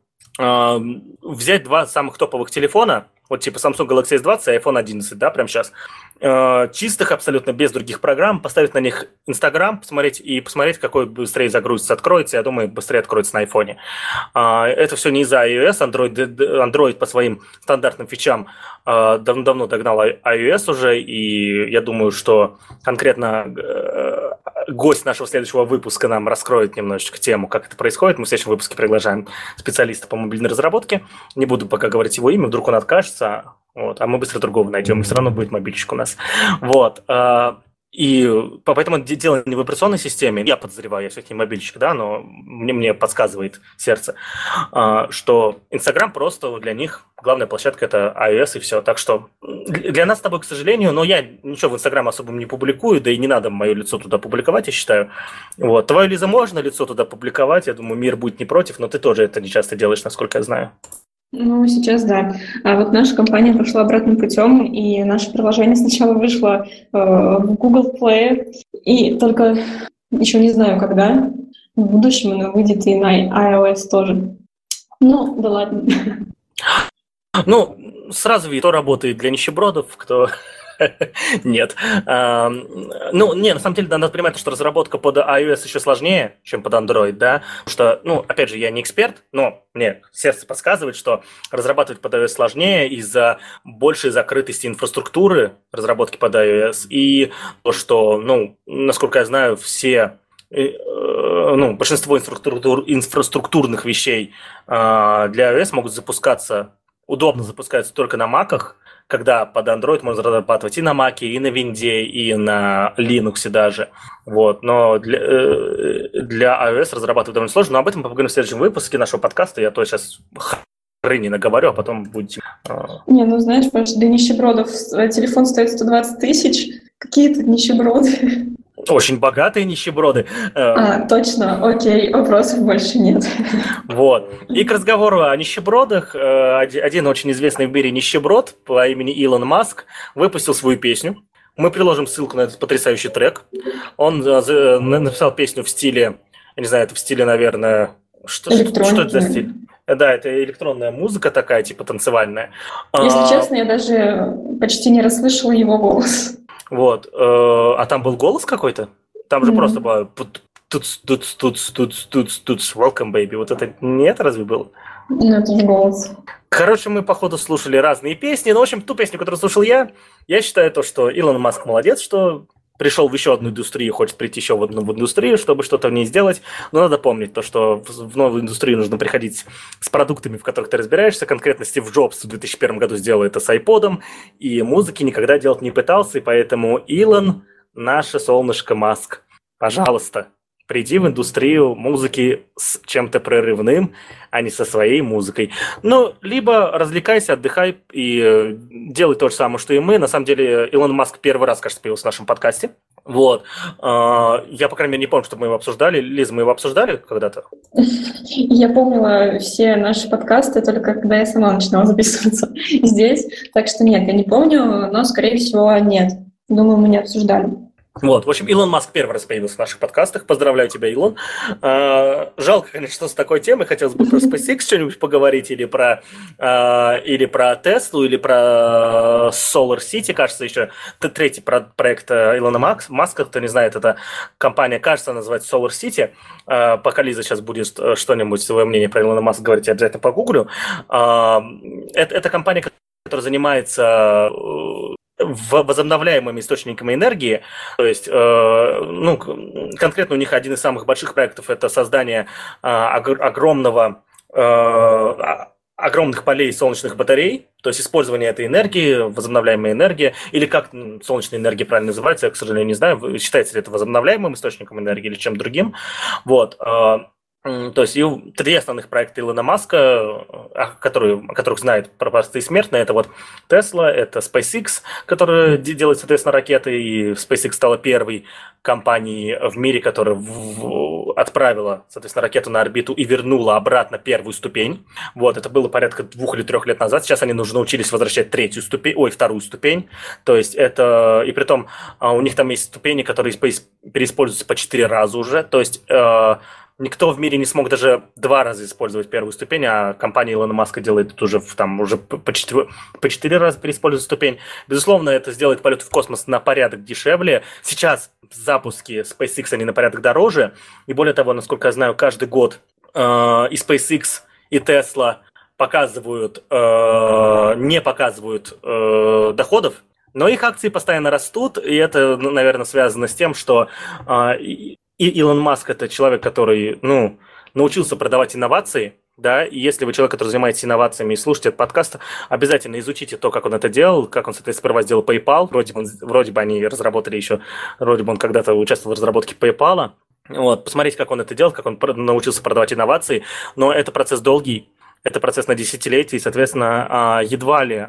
Взять два самых топовых телефона, вот типа Samsung Galaxy эс двадцать и iPhone одиннадцать, да, прямо сейчас, чистых абсолютно, без других программ, поставить на них Инстаграм, посмотреть и посмотреть, какой быстрее загрузится, откроется, я думаю, быстрее откроется на айфоне. Это все не из-за iOS, Android, Android по своим стандартным фичам давно-давно догнал iOS уже, и я думаю, что конкретно гость нашего следующего выпуска нам раскроет немножечко тему, как это происходит. Мы в следующем выпуске приглашаем специалиста по мобильной разработке. Не буду пока говорить его имя, вдруг он откажется, вот, а мы быстро другого найдем, и все равно будет мобильчик у нас. Вот. И поэтому дело не в операционной системе, я подозреваю, я все-таки мобильщик, да, но мне, мне подсказывает сердце, что Инстаграм просто для них главная площадка – это iOS и все. Так что для нас с тобой, к сожалению, но я ничего в Инстаграм особо не публикую, да и не надо мое лицо туда публиковать, я считаю. Вот. Твое, Лиза, можно лицо туда публиковать, я думаю, мир будет не против, но ты тоже это не часто делаешь, насколько я знаю. Ну, сейчас да. А вот наша компания пошла обратным путем, и наше приложение сначала вышло э, в Google Play, и только еще не знаю, когда, в будущем оно выйдет и на iOS тоже. Ну, да ладно. Ну, сразу видно, кто работает для нищебродов, кто... Нет. Ну, не, на самом деле, надо понимать, что разработка под iOS еще сложнее, чем под Android, да, потому что, ну, опять же, я не эксперт, но мне сердце подсказывает, что разрабатывать под iOS сложнее из-за большей закрытости инфраструктуры разработки под iOS и то, что, ну, насколько я знаю, все... ну, большинство инфраструктур, инфраструктурных вещей для iOS могут запускаться, удобно запускаются только на Mac'ах, когда под Android можно разрабатывать и на Mac, и на Винде, и на Linux даже. Вот. Но для, для iOS разрабатывать довольно сложно. Но об этом мы поговорим в следующем выпуске нашего подкаста. Я то сейчас хрени наговорю, а потом будете... Не, ну знаешь, потому что для нищебродов телефон стоит сто двадцать тысяч. Какие тут нищеброды? Очень богатые нищеброды. А, точно, окей, вопросов больше нет. Вот. И к разговору о нищебродах, один очень известный в мире нищеброд по имени Илон Маск выпустил свою песню. Мы приложим ссылку на этот потрясающий трек. Он э, написал песню в стиле, я не знаю, это в стиле, наверное... Что, что, что это за стиль? Да, это электронная музыка такая, типа танцевальная. Если а, честно, я даже почти не расслышала его голос. Вот. А там был голос какой-то? Там же mm-hmm. просто было туц, туц, туц, туц, туц, туц, welcome, baby. Вот это не это разве было? Ну, это же голос. Короче, мы, походу, слушали разные песни. Но, в общем, ту песню, которую слушал я, я считаю то, что Илон Маск молодец, что пришел в еще одну индустрию, хочет прийти еще в одну в индустрию, чтобы что-то в ней сделать. Но надо помнить то, что в новую индустрию нужно приходить с продуктами, в которых ты разбираешься. Конкретно Стив Джобс в две тысячи первом году сделал это с айподом, и музыки никогда делать не пытался, и поэтому Илон, наше солнышко Маск, пожалуйста, приди в индустрию музыки с чем-то прорывным, а не со своей музыкой. Ну, либо развлекайся, отдыхай и делай то же самое, что и мы. На самом деле, Илон Маск первый раз, кажется, появился в нашем подкасте. Вот. Я, по крайней мере, не помню, что мы его обсуждали. Лиза, мы его обсуждали когда-то? Я помнила все наши подкасты, только когда я сама начинала записываться здесь. Так что нет, я не помню, но, скорее всего, нет. Думаю, мы не обсуждали. Вот, в общем, Илон Маск первый раз появился в наших подкастах. Поздравляю тебя, Илон. А, жалко, конечно, что с такой темой. Хотелось бы про SpaceX что-нибудь поговорить, или про, а, или про Теслу, или про Solar City, кажется, еще. Это третий проект Илона Маска, кто не знает, это компания, кажется, называется Solar City. А, пока Лиза сейчас будет что-нибудь, свое мнение про Илона Маска говорить, я обязательно погуглю. А, это, это компания, которая занимается возобновляемыми источниками энергии, то есть, э, ну, конкретно у них один из самых больших проектов – это создание э, огромного, э, огромных полей солнечных батарей, то есть использование этой энергии, возобновляемой энергии, или как солнечная энергия правильно называется, я, к сожалению, не знаю, считается ли это возобновляемым источником энергии или чем другим, вот. То есть три основных проекта Илона Маска, которые, о которых знают простые смертные, это вот Tesla, это SpaceX, которая делает, соответственно, ракеты, и SpaceX стала первой компанией в мире, которая в, отправила, соответственно, ракету на орбиту и вернула обратно первую ступень. Вот, это было порядка двух или трех лет назад. Сейчас они уже научились возвращать третью ступень, ой, вторую ступень. То есть это, и при том у них там есть ступени, которые переиспользуются по четыре раза уже. То есть никто в мире не смог даже два раза использовать первую ступень, а компания Илона Маска делает это уже, там, уже по, четыре, по четыре раза переиспользует ступень. Безусловно, это сделает полет в космос на порядок дешевле. Сейчас запуски SpaceX, они на порядок дороже. И более того, насколько я знаю, каждый год э, и SpaceX, и Tesla показывают, э, не показывают э, доходов, но их акции постоянно растут, и это, наверное, связано с тем, что э, и Илон Маск – это человек, который, ну, научился продавать инновации, да, и если вы человек, который занимается инновациями и слушаете этот подкаст, обязательно изучите то, как он это делал, как он, соответственно, сперва сделал PayPal, вроде бы, вроде бы они разработали еще, вроде бы он когда-то участвовал в разработке PayPal, вот, посмотрите, как он это делал, как он научился продавать инновации, но это процесс долгий, это процесс на десятилетия, и, соответственно, едва ли…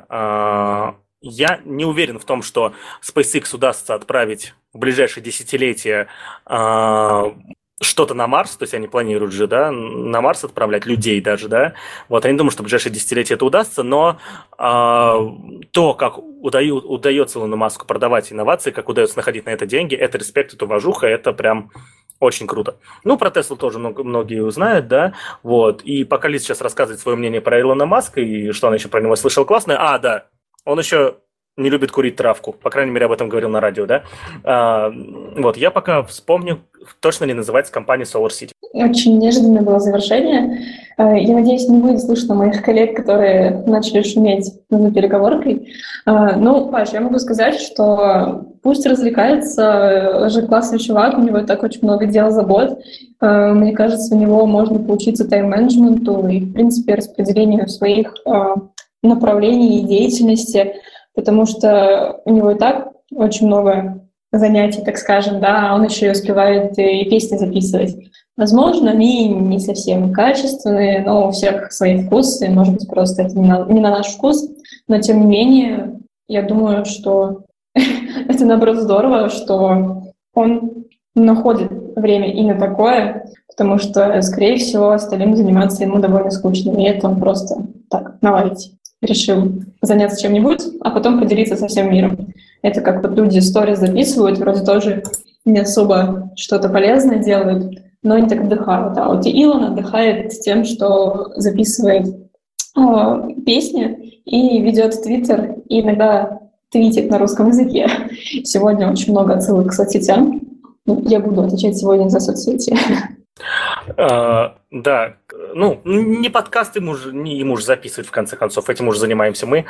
Я не уверен в том, что SpaceX удастся отправить в ближайшие десятилетия э, что-то на Марс, то есть они планируют же, да, на Марс отправлять людей даже, да. Вот, я не думаю, что в ближайшие десятилетия это удастся, но э, то, как удаю, удается Илону Маску продавать инновации, как удается находить на это деньги, это респект, это уважуха, это прям очень круто. Ну, про Теслу тоже много, многие узнают, да, вот. И пока Лиз сейчас рассказывает свое мнение про Илона Маска и что она еще про него слышала классное, а, да, он еще не любит курить травку. По крайней мере, об этом говорил на радио, да? А, вот, я пока вспомню, точно ли называется компания Solar City. Очень неожиданное было завершение. Я надеюсь, не будет слышно моих коллег, которые начали шуметь за переговоркой. Ну, Паш, я могу сказать, что пусть развлекается, же классный чувак, у него и так очень много дел, забот. Мне кажется, у него можно поучиться тайм-менеджменту и, в принципе, распределению своих направлений и деятельности, потому что у него и так очень много занятий, так скажем, да, а он еще и успевает и песни записывать. Возможно, они не совсем качественные, но у всех свои вкусы, может быть, просто это не на, не на наш вкус, но тем не менее, я думаю, что это, наоборот, здорово, что он находит время и на такое, потому что, скорее всего, остальным заниматься ему довольно скучно, и это он просто так, наладить. решил заняться чем-нибудь, а потом поделиться со всем миром. Это как вот люди сторис записывают, вроде тоже не особо что-то полезное делают, но они так отдыхают. А вот Илон отдыхает тем, что записывает э, песни и ведет Твиттер, и иногда твитит на русском языке. Сегодня очень много отсылок к соцсетям. Я буду отвечать сегодня за соцсети. Uh, да, ну, не подкаст ему же, не ему же записывать, в конце концов, этим уже занимаемся мы.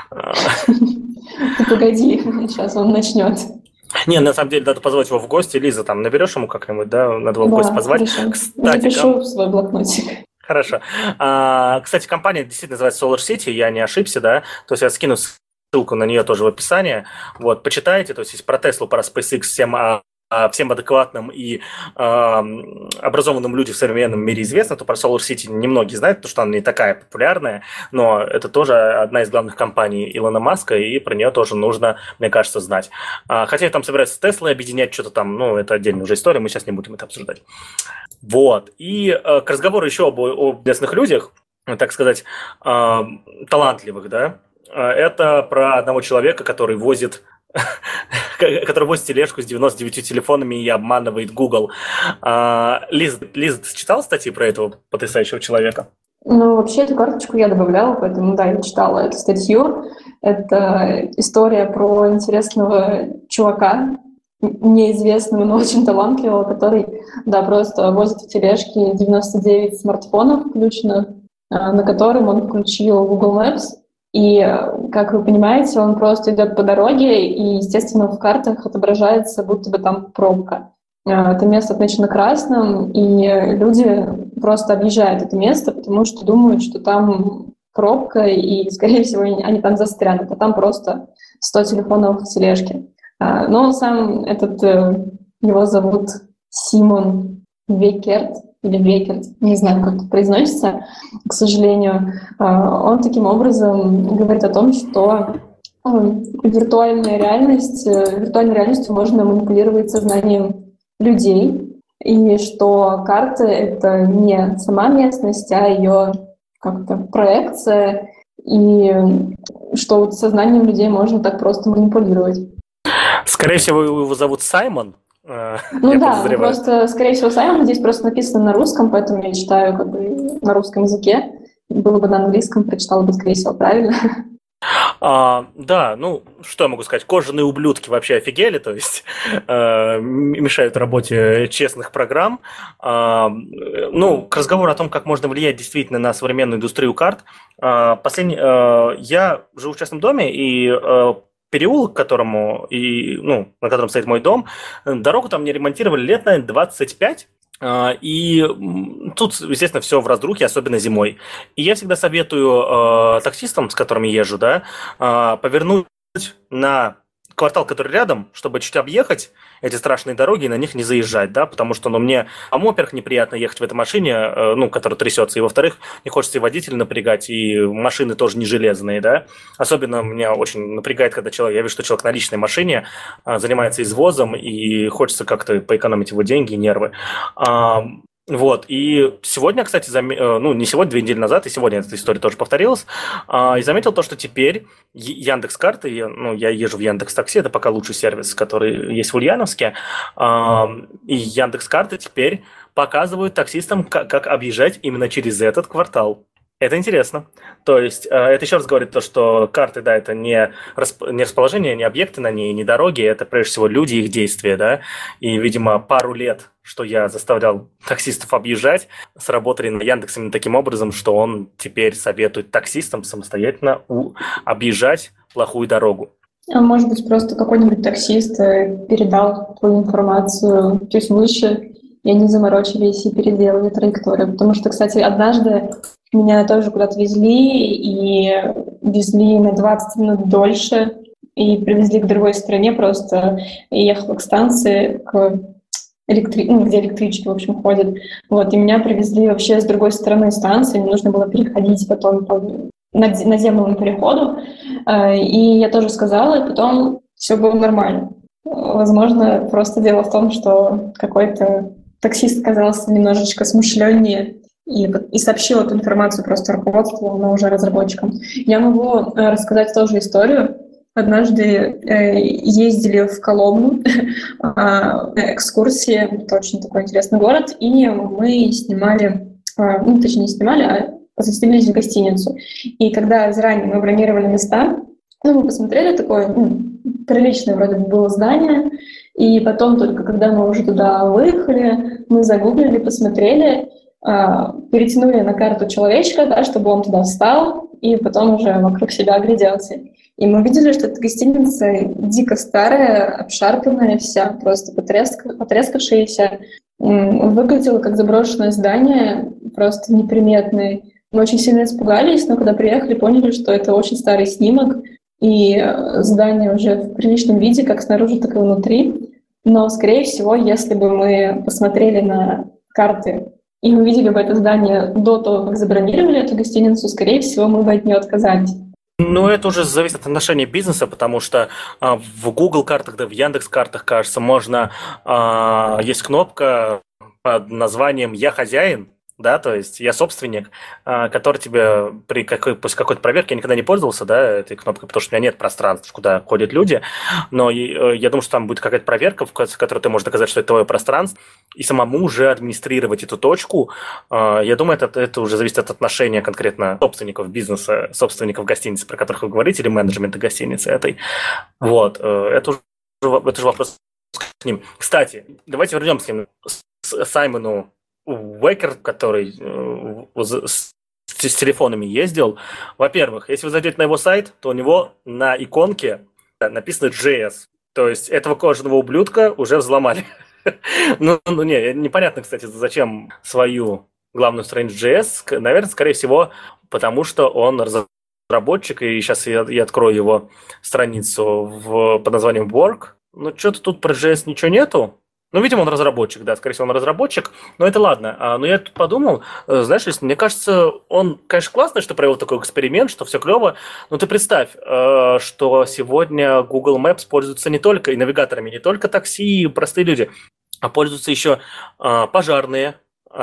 Ты погоди, сейчас он начнет. Не, на самом деле, надо позвать его в гости. Лиза, там, наберешь ему как-нибудь, да? Надо его да, в гости позвать. Хорошо. Кстати, запишу ком... в свой блокнотик. Хорошо. А, кстати, компания действительно называется SolarCity, я не ошибся, да? То есть я скину ссылку на нее тоже в описании. Вот, почитайте. То есть есть про Теслу, про SpaceX, всем... всем адекватным и э, образованным людям в современном мире известно, то про SolarCity немногие знают, потому что она не такая популярная, но это тоже одна из главных компаний Илона Маска, и про нее тоже нужно, мне кажется, знать. А, хотя там собираются с Теслой объединять что-то там, ну, это отдельная уже история, мы сейчас не будем это обсуждать. Вот. И э, к разговору еще об, об известных людях, так сказать, э, талантливых, да, это про одного человека, который возит который возит тележку с девяносто девятью телефонами и обманывает Google. А, Лиз, Лиз, ты читала статьи про этого потрясающего человека? Ну, вообще, эту карточку я добавляла, поэтому, да, я читала эту статью. Это история про интересного чувака, неизвестного, но очень талантливого, который, да, просто возит в тележке девяносто девять смартфонов включенных, на котором он включил Google Maps. И, как вы понимаете, он просто идет по дороге, и, естественно, в картах отображается, будто бы там пробка. Это место отмечено красным, и люди просто объезжают это место, потому что думают, что там пробка, и, скорее всего, они там застрянут, а там просто сто телефонов в тележке. Но сам этот, его зовут Симон Векерт, или Векерт, не знаю, как это произносится, к сожалению. Он таким образом говорит о том, что виртуальная реальность, виртуальной реальностью можно манипулировать сознанием людей, и что карта — это не сама местность, а ее как-то проекция, и что вот сознанием людей можно так просто манипулировать. Скорее всего, его зовут Саймон. Ну я да, просто, скорее всего, Саймон здесь просто написано на русском, поэтому я читаю как бы на русском языке. Было бы на английском, прочитала бы, скорее всего, правильно. А, да, ну, что я могу сказать, кожаные ублюдки вообще офигели, то есть э, мешают работе честных программ. А, ну, к разговору о том, как можно влиять действительно на современную индустрию карт. А, последний, э, я живу в частном доме, и э, переулок, к которому, и, ну, на котором стоит мой дом, дорогу там не ремонтировали лет, наверное, двадцать пять. И тут, естественно, все в разрухе, особенно зимой. И я всегда советую э, таксистам, с которыми езжу, да, э, повернуть на квартал, который рядом, чтобы чуть объехать эти страшные дороги и на них не заезжать, да, потому что, ну, мне, а во-первых, неприятно ехать в этой машине, э, ну, которая трясется, и, во-вторых, не хочется и водителя напрягать, и машины тоже не железные, да, особенно меня очень напрягает, когда человек, я вижу, что человек на личной машине э, занимается извозом, и хочется как-то поэкономить его деньги и нервы. А, вот, и сегодня, кстати, зам... ну, не сегодня, две недели назад, и сегодня эта история тоже повторилась, и заметил то, что теперь Яндекс.Карты, ну, я езжу в Яндекс.Такси, это пока лучший сервис, который есть в Ульяновске, и Яндекс.Карты теперь показывают таксистам, как, как объезжать именно через этот квартал. Это интересно. То есть это еще раз говорит то, что карты, да, это не, расп... не расположение, не объекты на ней, не дороги, это прежде всего люди и их действия, да. И, видимо, пару лет, что я заставлял таксистов объезжать, сработали на Яндекс именно таким образом, что он теперь советует таксистам самостоятельно у... объезжать плохую дорогу. А может быть, просто какой-нибудь таксист передал твою информацию чуть выше, и они заморочились и переделали траекторию. Потому что, кстати, однажды меня тоже куда-то везли, и везли на двадцать минут дольше, и привезли к другой стране просто. И ехала к станции, к электри... ну, где электрички, в общем, ходят. Вот, и меня привезли вообще с другой стороны станции, мне нужно было переходить потом по наземному переходу. И я тоже сказала, и потом все было нормально. Возможно, просто дело в том, что какой-то таксист казался немножечко смышленнее и, и сообщил эту информацию просто руководству, но уже разработчикам. Я могу э, рассказать тоже историю. Однажды э, ездили в Коломну на экскурсии, это очень такой интересный город, и мы снимали, э, ну, точнее, не снимали, а заселились в гостиницу. И когда заранее мы бронировали места, ну, мы посмотрели, такое ну, приличное вроде бы было здание, и потом только когда мы уже туда выехали, мы загуглили, посмотрели, перетянули на карту человечка, да, чтобы он туда встал, и потом уже вокруг себя огляделся. И мы видели, что эта гостиница дико старая, обшарпанная вся, просто потреск... потрескавшаяся. Выглядело как заброшенное здание, просто неприметное. Мы очень сильно испугались, но когда приехали, поняли, что это очень старый снимок, и здание уже в приличном виде, как снаружи, так и внутри. Но, скорее всего, если бы мы посмотрели на карты и увидели бы это здание до того, как забронировали эту гостиницу, скорее всего, мы бы от нее отказались. Ну, это уже зависит от отношения бизнеса, потому что а, в Google картах, да в Яндекс картах, кажется, можно а, есть кнопка под названием «Я хозяин», да, то есть я собственник, а, который тебе при какой, после какой-то проверке, я никогда не пользовался, да, этой кнопкой, потому что у меня нет пространств, куда ходят люди, но и, я думаю, что там будет какая-то проверка, в которой ты можешь доказать, что это твое пространство, и самому уже администрировать эту точку. А, я думаю, это, это уже зависит от отношения конкретно собственников бизнеса, собственников гостиницы, про которых вы говорите, или менеджмента гостиницы этой. Вот, это уже, это же вопрос к ним. Кстати, давайте вернемся к Саймону Уэкер, который э, с, с телефонами ездил. Во-первых, если вы зайдете на его сайт, то у него на иконке написано джей эс. То есть этого кожаного ублюдка уже взломали. ну, ну, не, непонятно, кстати, зачем свою главную страницу джей эс. Наверное, скорее всего, потому что он разработчик, и сейчас я, я открою его страницу в, под названием Work. Ну, что-то тут про джей эс ничего нету. Ну, видимо, он разработчик, да, скорее всего, он разработчик, но это ладно. А, но я тут подумал, знаешь, мне кажется, он, конечно, классно, что провел такой эксперимент, что все клево, но ты представь, э, что сегодня Google Maps пользуется не только и навигаторами, не только такси и простые люди, а пользуются еще э, пожарные,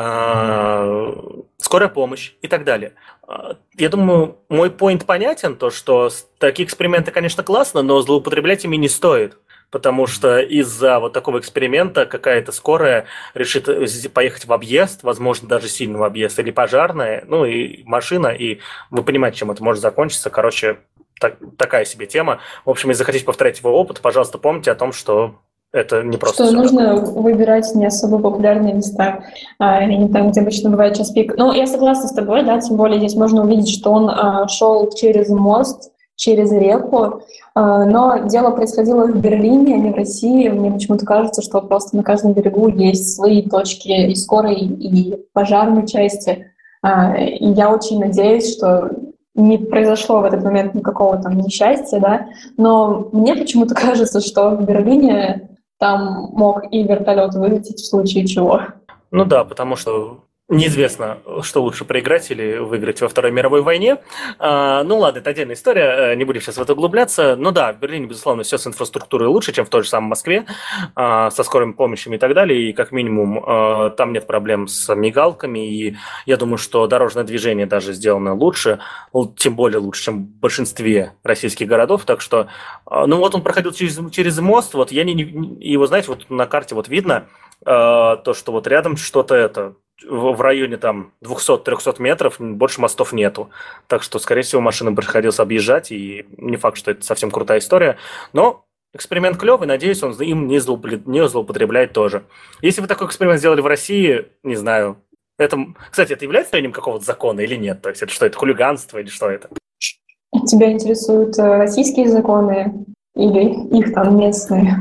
э, скорая помощь и так далее. Я думаю, мой поинт понятен, то, что такие эксперименты, конечно, классно, но злоупотреблять ими не стоит. Потому что из-за вот такого эксперимента какая-то скорая решит поехать в объезд, возможно, даже сильно в объезд, или пожарная, ну и машина, и вы понимаете, чем это может закончиться. Короче, так, такая себе тема. В общем, если захотите повторять его опыт, пожалуйста, помните о том, что это не просто... Что нужно такое. Выбирать не особо популярные места, а, или не там, где обычно бывает час пик. Но я согласна с тобой, да, тем более здесь можно увидеть, что он а, шел через мост, через реку, но дело происходило в Берлине, а не в России. Мне почему-то кажется, что просто на каждом берегу есть свои точки и скорой, и пожарной части. И я очень надеюсь, что не произошло в этот момент никакого там несчастья, да, но мне почему-то кажется, что в Берлине там мог и вертолет вылететь в случае чего. Ну да, потому что неизвестно, что лучше, проиграть или выиграть во Второй мировой войне. А, ну ладно, это отдельная история, не будем сейчас в это углубляться. Но да, в Берлине, безусловно, все с инфраструктурой лучше, чем в той же самой Москве, а, со скорыми помощями и так далее. И как минимум а, там нет проблем с мигалками. И я думаю, что дорожное движение даже сделано лучше, тем более лучше, чем в большинстве российских городов. Так что, а, ну вот он проходил через, через мост, вот я не, не, его, знаете, вот на карте вот видно а, то, что вот рядом что-то это... в районе там двести-триста метров больше мостов нету. Так что, скорее всего, машинам приходилось объезжать, и не факт, что это совсем крутая история. Но эксперимент клевый, надеюсь, он им не злоупотребляет тоже. Если вы такой эксперимент сделали в России, не знаю. Это, кстати, это является нарушением какого-то закона или нет? То есть это что, это хулиганство или что это? Тебя интересуют российские законы или их там местные?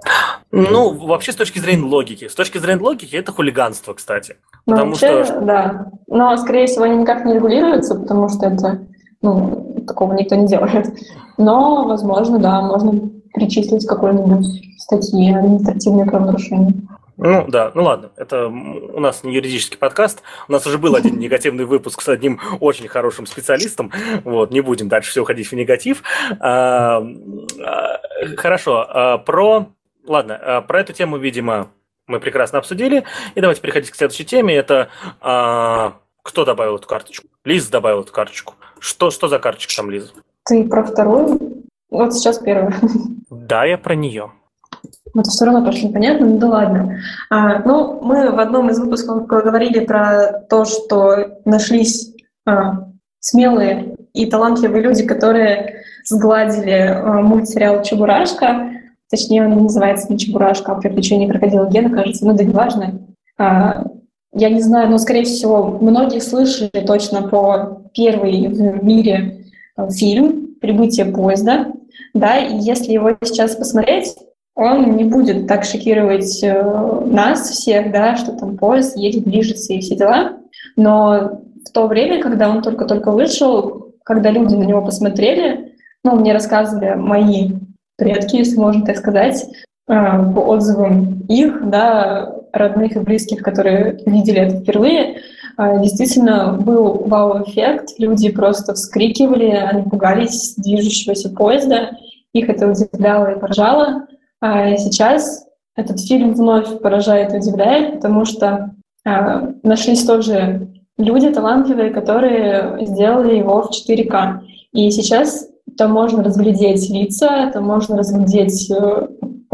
Ну, вообще, с точки зрения логики. С точки зрения логики, это хулиганство, кстати. Ну, потому вообще, что... да. Но, скорее всего, они никак не регулируются, потому что это, ну, такого никто не делает. Но, возможно, да, можно причислить какой-нибудь статье административное правонарушение. Ну да, ну ладно, это у нас не юридический подкаст, у нас уже был один негативный выпуск с одним очень хорошим специалистом, вот, не будем дальше все уходить в негатив. А, а, хорошо, а, про, ладно, а, про эту тему, видимо, мы прекрасно обсудили, и давайте переходить к следующей теме, это а, Кто добавил эту карточку? Лиза добавила эту карточку. Что, что за карточка там, Лиза? Ты про вторую? Вот сейчас первую. Да, я про нее. Вот все равно тоже непонятно, ну да ладно. А, ну, мы в одном из выпусков говорили про то, что нашлись а, смелые и талантливые люди, которые сгладили а, мультсериал «Чебурашка». Точнее, он называется не «Чебурашка», а «Приключения крокодила Гена», кажется. Ну да неважно. А, я не знаю, но, скорее всего, многие слышали точно про первый в мире фильм «Прибытие поезда». Да, и если его сейчас посмотреть, он не будет так шокировать э, нас всех, да, что там поезд едет, движется и все дела. Но в то время, когда он только-только вышел, когда люди на него посмотрели, ну, мне рассказывали мои предки, если можно так сказать, э, по отзывам их, да, родных и близких, которые видели это впервые, э, действительно был вау-эффект. Люди просто вскрикивали, они пугались движущегося поезда, их это удивляло и поражало. А сейчас этот фильм вновь поражает и удивляет, потому что а, нашлись тоже люди талантливые, которые сделали его в четыре ка. И сейчас там можно разглядеть лица, там можно разглядеть э,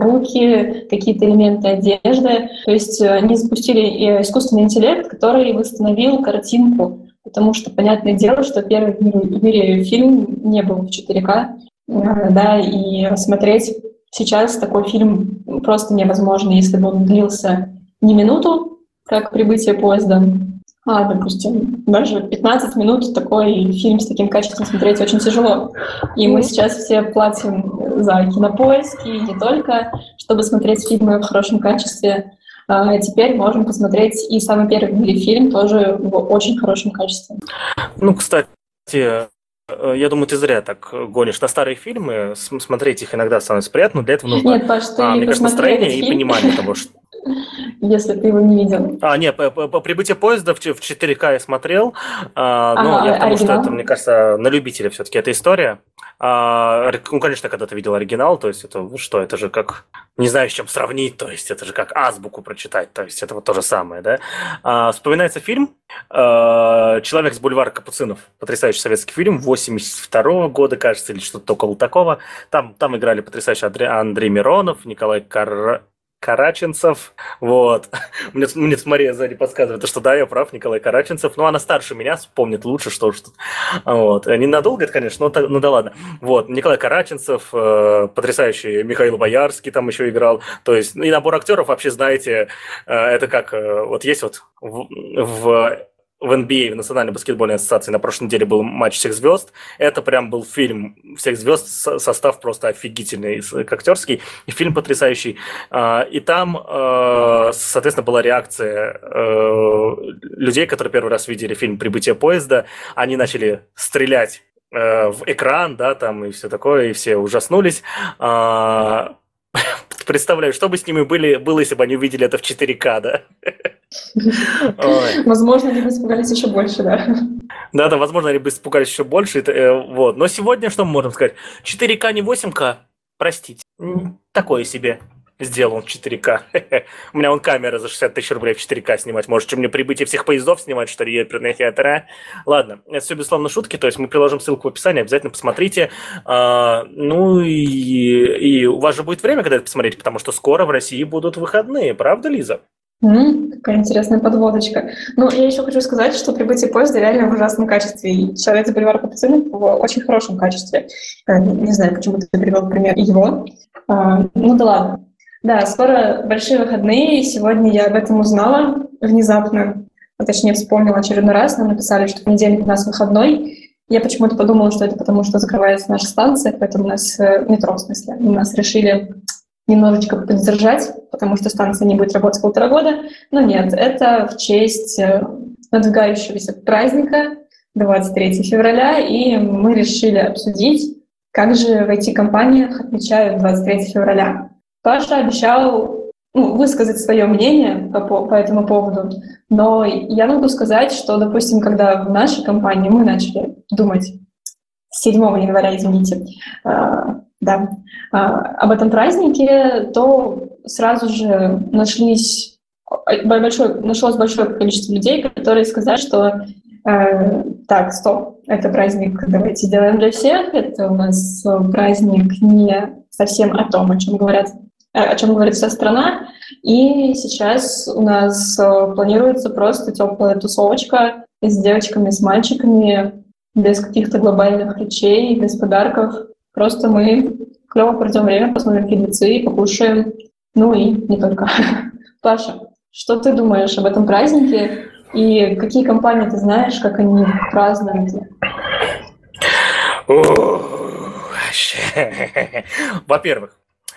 руки, какие-то элементы одежды. То есть они запустили искусственный интеллект, который восстановил картинку, потому что понятное дело, что первый в мире, в мире фильм не был в четыре ка, э, да, и смотреть сейчас такой фильм просто невозможно, если бы он длился не минуту, как «Прибытие поезда», а, допустим, даже пятнадцать минут. Такой фильм с таким качеством смотреть очень тяжело. И мы сейчас все платим за Кинопоиски, и не только, чтобы смотреть фильмы в хорошем качестве. А теперь можем посмотреть и самый первый в мире фильм тоже в очень хорошем качестве. Ну, кстати, я думаю, ты зря так гонишь на старые фильмы. Смотреть их иногда становится приятно, но для этого нужно, Нет, Паш, ты а, мне кажется, настроение и фильм, понимание того, что... Если ты его не видел. А, нет, по, по, по «Прибытие поезда» в четыре ка я смотрел, а, Ага, но я потому оригинал? что это, мне кажется, на любителя все-таки эта история. А, ну, конечно, когда ты видел оригинал, то есть это, ну что, это же как, не знаю, с чем сравнить, то есть это же как азбуку прочитать, то есть это вот то же самое, да. А, вспоминается фильм а, «Человек с бульвара Капуцинов», потрясающий советский фильм, восемьдесят второго года, кажется, или что-то около такого. Там, там играли потрясающий Андрей, Андрей Миронов, Николай Кар... Караченцев, вот. Мне, мне Мария сзади подсказывает, что да, я прав, Николай Караченцев. Ну, она старше меня, помнит лучше, что что. Вот. Ненадолго это, конечно, но, ну да ладно. Вот. Николай Караченцев, э, потрясающий Михаил Боярский там еще играл. То есть, и набор актеров, вообще, знаете, э, это как, э, вот есть вот в, в в эн би эй, в Национальной баскетбольной ассоциации, на прошлой неделе был матч всех звезд. Это прям был фильм всех звезд, состав просто офигительный, актерский, и фильм потрясающий. И там, соответственно, была реакция людей, которые первый раз видели фильм «Прибытие поезда». Они начали стрелять в экран, да, там и все такое, и все ужаснулись. Представляю, что бы с ними были, было, если бы они увидели это в четыре ка, да? Возможно, они бы испугались еще больше, да. Да, да, возможно, они бы испугались еще больше. Вот. Но сегодня что мы можем сказать? четыре ка, не восемь ка? Простите. Такое себе сделал в четыре ка. У меня вон камера за шестьдесят тысяч рублей в четыре ка снимать. Может, что мне «Прибытие всех поездов» снимать, что ли, оперные театры? Ладно, это все, безусловно, шутки. То есть мы приложим ссылку в описании, обязательно посмотрите. А, ну и, и у вас же будет время, когда это посмотреть, потому что скоро в России будут выходные. Правда, Лиза? Mm, какая интересная подводочка. Ну, я еще хочу сказать, что «Прибытие поезда» реально в ужасном качестве. И «Человек с бульвара Капуцинов» в очень хорошем качестве. Не знаю, почему ты привел пример его. А, ну да ладно. Да, скоро большие выходные, и сегодня я об этом узнала внезапно, а точнее вспомнила очередной раз, нам написали, что в понедельник у нас выходной. Я почему-то подумала, что это потому, что закрывается наша станция, поэтому у нас метро, в смысле, у нас решили немножечко поддержать, потому что станция не будет работать полтора года. Но нет, это в честь надвигающегося праздника двадцать третьего февраля, и мы решили обсудить, как же в ай ти-компаниях отмечают двадцать третьего февраля. Паша обещал ну, высказать свое мнение по, по этому поводу, но я могу сказать, что, допустим, когда в нашей компании мы начали думать седьмого января, извините, э, да, э, об этом празднике, то сразу же нашлись большое, нашлось большое количество людей, которые сказали, что э, так, стоп, это праздник, давайте сделаем для всех, это у нас праздник не совсем о том, о чем говорят, о чем говорит вся страна, и сейчас у нас планируется просто теплая тусовочка с девочками, с мальчиками, без каких-то глобальных речей, без подарков. Просто мы клево проведем время, посмотрим фильмецы, покушаем, ну и не только. Паша, что ты думаешь об этом празднике и какие компании ты знаешь, как они празднуют? Во-первых,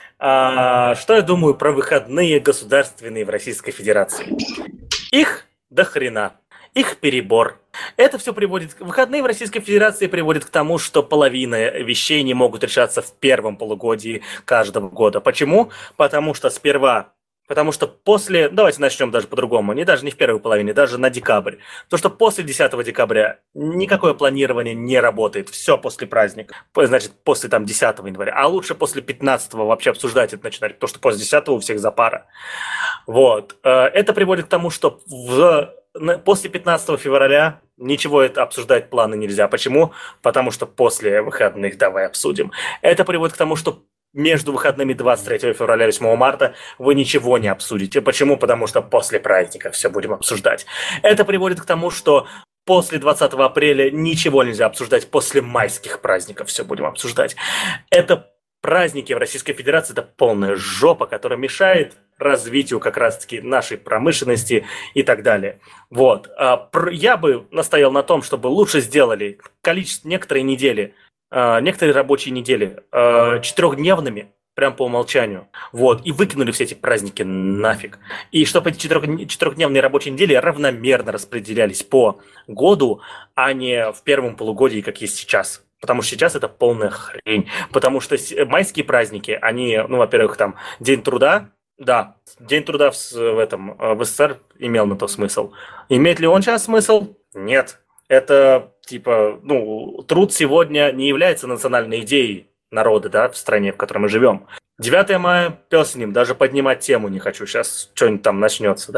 а, что я думаю про выходные государственные в Российской Федерации? Их до хрена. Их перебор. Это все приводит... Выходные в Российской Федерации приводят к тому, что половина вещей не могут решаться в первом полугодии каждого года. Почему? Потому что сперва... Потому что после... Давайте начнем даже по-другому. Не даже не в первой половине, даже на декабрь. То, что после десятого декабря никакое планирование не работает. Все после праздника. Значит, после там десятого января. А лучше после пятнадцатого вообще обсуждать это начинать. Потому что после десятого у всех запара. Вот. Это приводит к тому, что в... после пятнадцатого февраля ничего это обсуждать планы нельзя. Почему? Потому что после выходных давай обсудим. Это приводит к тому, что между выходными двадцать третьего февраля и восьмого марта вы ничего не обсудите. Почему? Потому что после праздника все будем обсуждать. Это приводит к тому, что после двадцатого апреля ничего нельзя обсуждать. После майских праздников все будем обсуждать. Это праздники в Российской Федерации – это полная жопа, которая мешает развитию как раз-таки нашей промышленности и так далее. Вот. Я бы настоял на том, чтобы лучше сделали количество, некоторые недели, некоторые рабочие недели четырехдневными, прям по умолчанию. Вот. И выкинули все эти праздники нафиг. И чтобы эти четырехдневные рабочие недели равномерно распределялись по году, а не в первом полугодии, как есть сейчас. Потому что сейчас это полная хрень. Потому что майские праздники, они, ну, во-первых, там, День труда, да, День труда в, в этом, в СССР имел на то смысл. Имеет ли он сейчас смысл? Нет. Это, типа, ну, труд сегодня не является национальной идеей народа, да, в стране, в которой мы живем. девятое мая, пес с ним, даже поднимать тему не хочу, сейчас что-нибудь там начнется,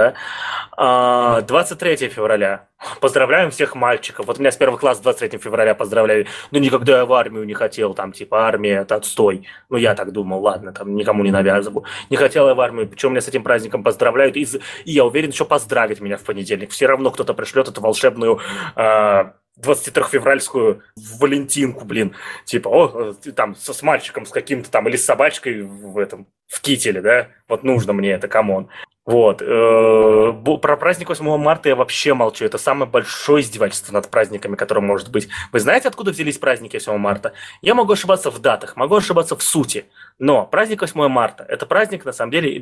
да. двадцать третьего февраля, поздравляем всех мальчиков, вот меня с первого класса двадцать третьего февраля поздравляли, ну никогда я в армию не хотел, там типа армия это отстой, ну я так думал, ладно, там никому не навязываю, не хотел я в армию, причем меня с этим праздником поздравляют, и, и я уверен, еще поздравить меня в понедельник, все равно кто-то пришлет эту волшебную... двадцатитрёхфевральскую Валентинку, блин, типа, о, там, с, с мальчиком, с каким-то там, или с собачкой в этом, в кителе, да, вот нужно мне это, камон. Вот. Про праздник восьмого марта я вообще молчу. Это самое большое издевательство над праздниками, которое может быть. Вы знаете, откуда взялись праздники восьмого марта? Я могу ошибаться в датах, могу ошибаться в сути. Но праздник восьмого марта – это праздник, на самом деле,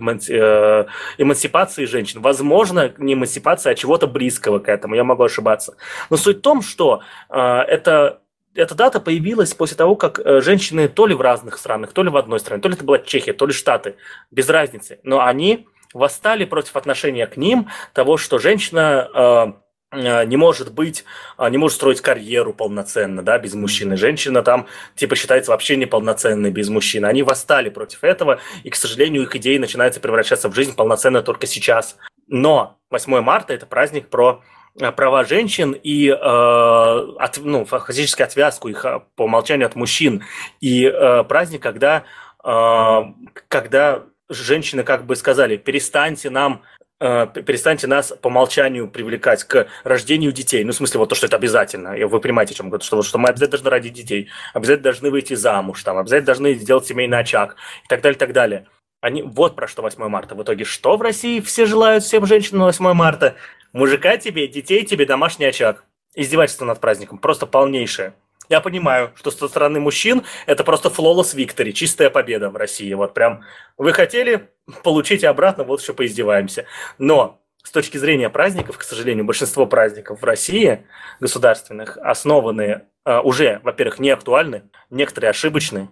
эмансипации женщин. Возможно, не эмансипация, а чего-то близкого к этому. Я могу ошибаться. Но суть в том, что это... Эта дата появилась после того, как женщины то ли в разных странах, то ли в одной стране, то ли это была Чехия, то ли Штаты, без разницы. Но они восстали против отношения к ним того, что женщина э, не может быть, не может строить карьеру полноценно, да, без мужчины. Женщина там типа считается вообще неполноценной без мужчины. Они восстали против этого, и, к сожалению, их идеи начинаются превращаться в жизнь полноценно только сейчас. Но восьмое марта – это праздник про права женщин и э, от, ну, фактически отвязку их по умолчанию от мужчин. И э, праздник, когда, э, когда женщины как бы сказали, перестаньте нам, э, перестаньте нас по умолчанию привлекать к рождению детей. Ну, в смысле, вот то, что это обязательно. Вы понимаете, о чем говорю, что, что мы обязательно должны родить детей, обязательно должны выйти замуж, там, обязательно должны сделать семейный очаг и так далее, и так далее. Они, вот про что восьмое марта. В итоге что в России все желают всем женщинам на восьмое марта? Мужика тебе, детей тебе, домашний очаг. Издевательство над праздником. Просто полнейшее. Я понимаю, что со стороны мужчин это просто flawless victory, чистая победа в России. Вот прям вы хотели, получите обратно, вот еще поиздеваемся. Но с точки зрения праздников, к сожалению, большинство праздников в России государственных основаны э, уже, во-первых, не актуальны, некоторые ошибочны.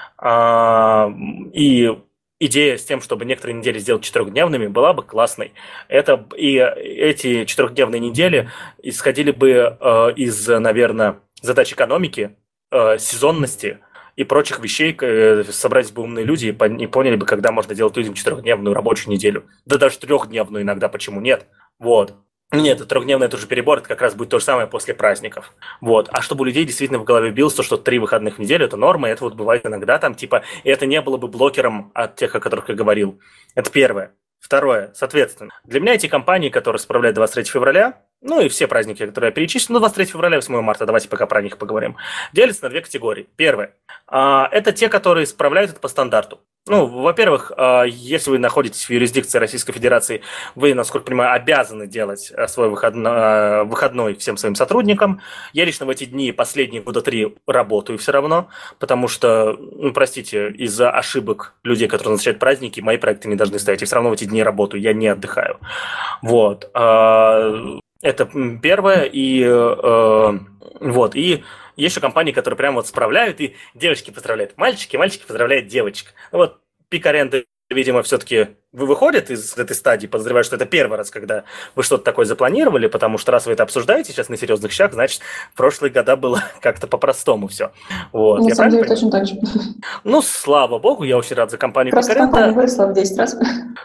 Э, и идея с тем, чтобы некоторые недели сделать четырехдневными, была бы классной. Это, и эти четырехдневные недели исходили бы э, из, наверное, задач экономики, э, сезонности и прочих вещей э, собрались бы умные люди и, пон- и поняли бы, когда можно делать людям четырехдневную рабочую неделю. Да даже трехдневную иногда, почему нет? Вот. Нет, трехдневный это уже перебор, это как раз будет то же самое после праздников. Вот. А чтобы у людей действительно в голове билось то, что три выходных в неделю – это норма, и это вот бывает иногда там, типа, и это не было бы блокером от тех, о которых я говорил. Это первое. Второе, соответственно, для меня эти компании, которые справляют двадцать третьего февраля, ну и все праздники, которые я перечислил, ну, двадцать третьего февраля, восьмого марта, давайте пока про них поговорим, делятся на две категории. Первое, а, это те, которые справляют это по стандарту. Ну, во-первых, а, если вы находитесь в юрисдикции Российской Федерации, вы, насколько понимаю, обязаны делать а, свой выходной, а, выходной всем своим сотрудникам. Я лично в эти дни последние года три работаю все равно, потому что, ну, простите, из-за ошибок людей, которые назначают праздники, мои проекты не должны стоять. Я все равно в эти дни работаю, я не отдыхаю. Вот. А, это первое. И э, вот. И есть еще компании, которые прям вот справляют, и девочки поздравляют мальчики, мальчики поздравляют девочек. Вот пик-аренда, видимо, все-таки выходит из этой стадии. Подозреваю, что это первый раз, когда вы что-то такое запланировали, потому что раз вы это обсуждаете сейчас на серьезных щах, значит, в прошлые года было как-то по-простому все. Вот. На Я самом деле правильно точно так же. Ну, слава богу, я очень рад за компанию Просто пик-аренда. компания выросла в десять раз.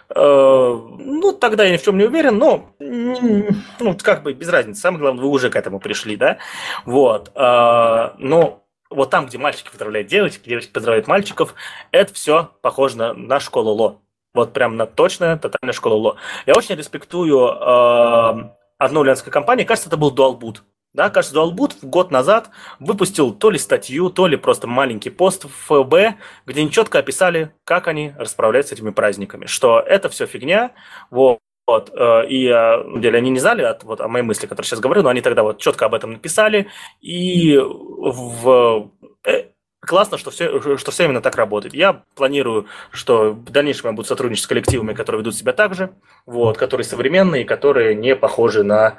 Э, Ну, тогда я ни в чем не уверен, но м, ну, как бы без разницы. Самое главное, вы уже к этому пришли, да? Вот. э, Но вот там, где мальчики поздравляют девочек, девочки поздравляют мальчиков, это все похоже на, на школу ЛО. Вот прям на точная, тотальная школа ЛО. Я очень респектую э, одну ульяновскую компанию, кажется, это был Dualboot. Да, кажется, Dualboot год назад выпустил то ли статью, то ли просто маленький пост в эф бэ, где они четко описали, как они расправляются с этими праздниками, что это все фигня, вот. Вот, э, и э, на деле они не знали от, вот, о моей мысли, которую сейчас говорю, но они тогда вот четко об этом написали, и в, э, классно, что все, что все именно так работает. Я планирую, что в дальнейшем я буду сотрудничать с коллективами, которые ведут себя так же, вот, которые современные, которые не похожи на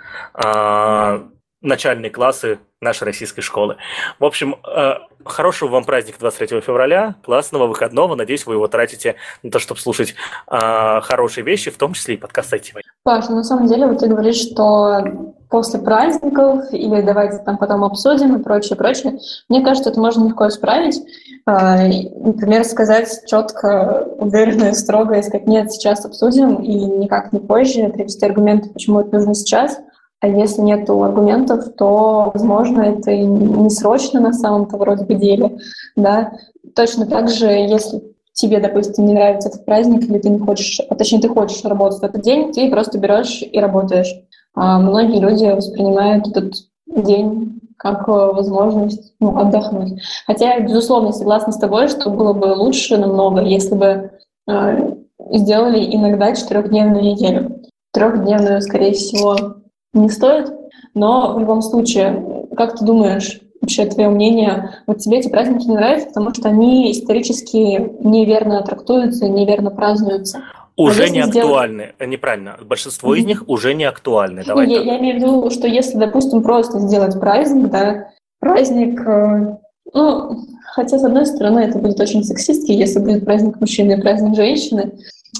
э, начальные классы нашей российской школы. В общем, э, хорошего вам праздника двадцать третьего февраля, классного выходного. Надеюсь, вы его тратите на то, чтобы слушать э, хорошие вещи, в том числе и подкаст «Ай Ти Война». Паш, ну, на самом деле, вот ты говоришь, что после праздников или давайте там потом обсудим и прочее, прочее. Мне кажется, это можно легко исправить. А, Например, сказать четко, уверенно и строго, и сказать, нет, сейчас обсудим, и никак не позже, привести аргументы, почему это нужно сейчас. А если нет аргументов, то, возможно, это и не срочно на самом-то вроде бы деле. Да? Точно так же, если тебе, допустим, не нравится этот праздник, или ты не хочешь, а точнее, ты хочешь работать в этот день, ты просто берешь и работаешь. А многие люди воспринимают этот день как возможность, ну, отдохнуть. Хотя я, безусловно, согласна с тобой, что было бы лучше намного, если бы э, сделали иногда четырехдневную неделю. Трехдневную, скорее всего, не стоит, но в любом случае, как ты думаешь, вообще твое мнение, вот тебе эти праздники не нравятся, потому что они исторически неверно трактуются, неверно празднуются? Уже а не сделать... актуальны, неправильно, большинство mm-hmm. из них уже не актуальны. Давай я, я имею в виду, что если, допустим, просто сделать праздник, да, праздник, э, ну, хотя, с одной стороны, это будет очень сексистски, если будет праздник мужчины и праздник женщины, э,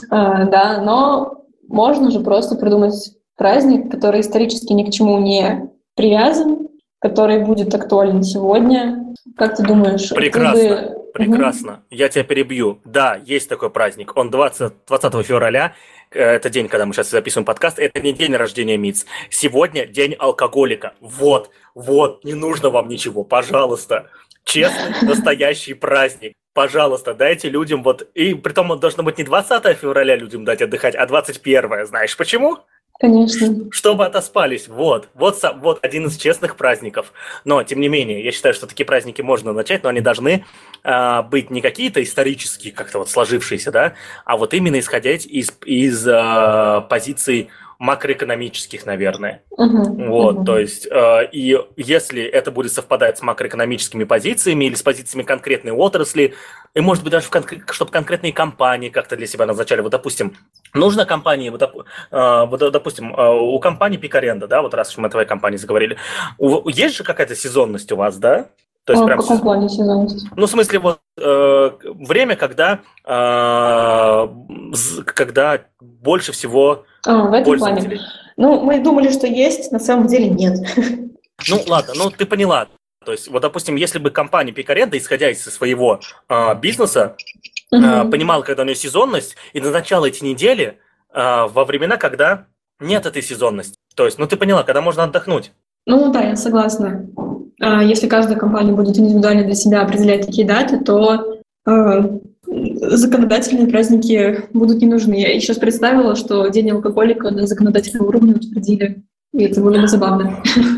да, но можно же просто придумать праздник, который исторически ни к чему не привязан, который будет актуален сегодня. Как ты думаешь? Прекрасно, ты бы... прекрасно. Угу. Я тебя перебью. Да, есть такой праздник. Он двадцатого февраля. Это день, когда мы сейчас записываем подкаст. Это не день рождения МИЦ. Сегодня день алкоголика. Вот, вот, не нужно вам ничего. Пожалуйста. Честный, настоящий праздник. Пожалуйста, дайте людям вот... И притом он должно быть не двадцатого февраля людям дать отдыхать, а двадцать первого. Знаешь почему? Конечно. Чтобы отоспались. Вот. Вот, вот один из честных праздников. Но, тем не менее, я считаю, что такие праздники можно начать, но они должны э, быть не какие-то исторические, как-то вот сложившиеся, да, а вот именно исходить из, из э, позиций макроэкономических, наверное. Uh-huh, вот, uh-huh. То есть, э, и если это будет совпадать с макроэкономическими позициями или с позициями конкретной отрасли, и, может быть, даже в кон- чтобы конкретные компании как-то для себя назначали. Вот, допустим, нужно компании, вот, э, вот допустим, э, у компании пик-аренда, да, вот раз мы о твоей компании заговорили, у, есть же какая-то сезонность у вас, да? То есть, а прям... в каком плане сезонность? Ну, в смысле, вот э, время, когда, э, когда больше всего а, в этом плане. Ну, мы думали, что есть, на самом деле нет. Ну, ладно, ну ты поняла. То есть, вот, допустим, если бы компания Пикаренда, исходя из своего э, бизнеса, э, mm-hmm. понимала, когда у нее сезонность, и назначала эти недели э, во времена, когда нет этой сезонности. То есть, ну ты поняла, когда можно отдохнуть. Ну да, я согласна. Если каждая компания будет индивидуально для себя определять такие даты, то э, законодательные праздники будут не нужны. Я сейчас представила, что День алкоголика на законодательном уровне утвердили, и это было бы забавно.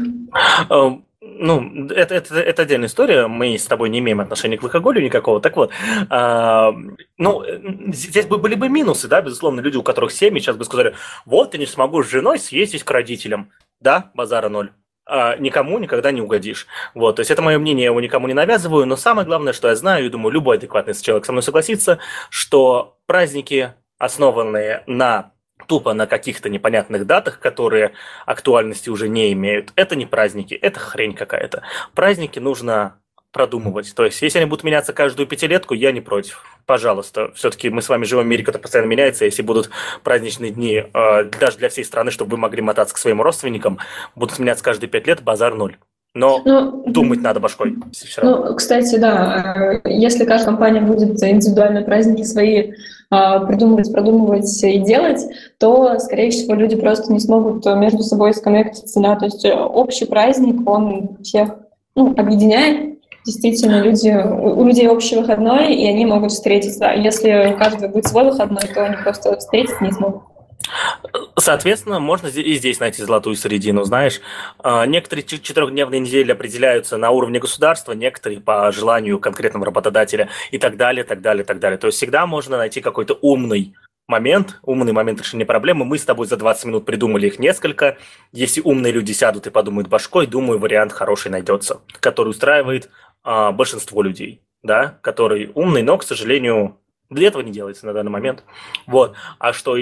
Ну, это, это, это отдельная история, мы с тобой не имеем отношения к алкоголю никакого. Так вот, а, ну, здесь бы были бы минусы, да, безусловно, люди, у которых семьи, сейчас бы сказали, вот, я не смогу с женой съездить к родителям. Да, базара ноль. А, никому никогда не угодишь. Вот, то есть это мое мнение, я его никому не навязываю, но самое главное, что я знаю, и думаю, любой адекватный человек со мной согласится, что праздники, основанные на тупо на каких-то непонятных датах, которые актуальности уже не имеют. Это не праздники, это хрень какая-то. Праздники нужно продумывать. То есть, если они будут меняться каждую пятилетку, я не против. Пожалуйста. Все-таки мы с вами живем в мире, который постоянно меняется. Если будут праздничные дни э, даже для всей страны, чтобы вы могли мотаться к своим родственникам, будут меняться каждые пять лет, базар ноль. Но ну, думать надо башкой. Ну, кстати, да, если каждая компания будет индивидуальные праздники свои придумывать, продумывать и делать, то, скорее всего, люди просто не смогут между собой сконнектиться. Да? То есть общий праздник, он всех ну, объединяет. Действительно, люди, у людей общий выходной, и они могут встретиться. А если у каждого будет свой выходной, то они просто встретиться не смогут. Соответственно, можно и здесь найти золотую середину, знаешь. Некоторые четырехдневные недели определяются на уровне государства, некоторые по желанию конкретного работодателя и так далее, так далее, так далее. То есть всегда можно найти какой-то умный момент, умный момент решения проблемы. Мы с тобой за двадцать минут придумали их несколько. Если умные люди сядут и подумают башкой, думаю, вариант хороший найдется, который устраивает а, большинство людей, да, который умный, но, к сожалению... Для этого не делается на данный момент. Вот. А что...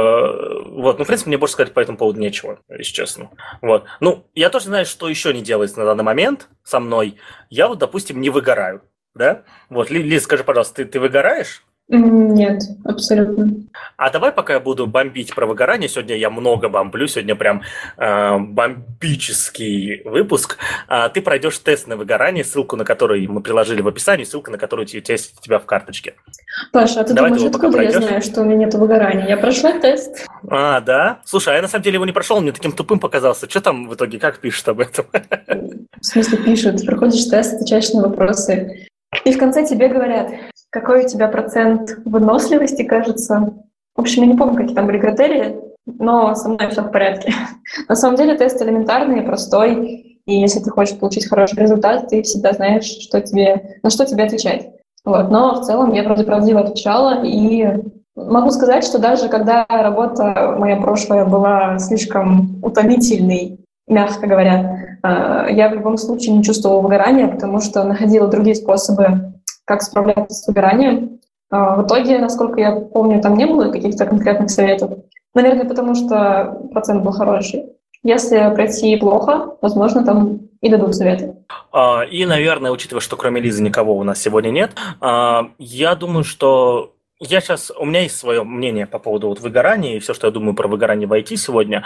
Э, вот. Ну, в принципе, мне больше сказать по этому поводу нечего, если честно. Вот. Ну, я тоже знаю, что еще не делается на данный момент со мной. Я вот, допустим, не выгораю. Да? Вот. Лиз, скажи, пожалуйста, ты, ты выгораешь? Нет, абсолютно. А давай, пока я буду бомбить про выгорание, сегодня я много бомблю, сегодня прям э, бомбический выпуск, э, ты пройдешь тест на выгорание, ссылку на который мы приложили в описании, ссылка на которую у тебя, у тебя в карточке. Паша, а ты давай думаешь, откуда я знаю, что у меня нет выгорания? Я прошла тест. А, да? Слушай, а я на самом деле его не прошел, мне таким тупым показался. Что там в итоге, как пишут об этом? В смысле пишут? Ты проходишь тест, отвечаешь на вопросы, и в конце тебе говорят... Какой у тебя процент выносливости, кажется? В общем, я не помню, какие там были критерии, но со мной все в порядке. На самом деле тест элементарный, простой, и если ты хочешь получить хороший результат, ты всегда знаешь, что тебе, на что тебе отвечать. Вот. Но в целом я вроде правдиво отвечала, и могу сказать, что даже когда работа моя прошлая была слишком утомительной, мягко говоря, я в любом случае не чувствовала выгорания, потому что находила другие способы, как справляться с выгоранием. В итоге, насколько я помню, там не было каких-то конкретных советов. Наверное, потому что процент был хороший. Если пройти плохо, возможно, там и дадут советы. И, наверное, учитывая, что кроме Лизы никого у нас сегодня нет, я думаю, что я сейчас... У меня есть свое мнение по поводу вот выгорания и все, что я думаю про выгорание в ай ти сегодня.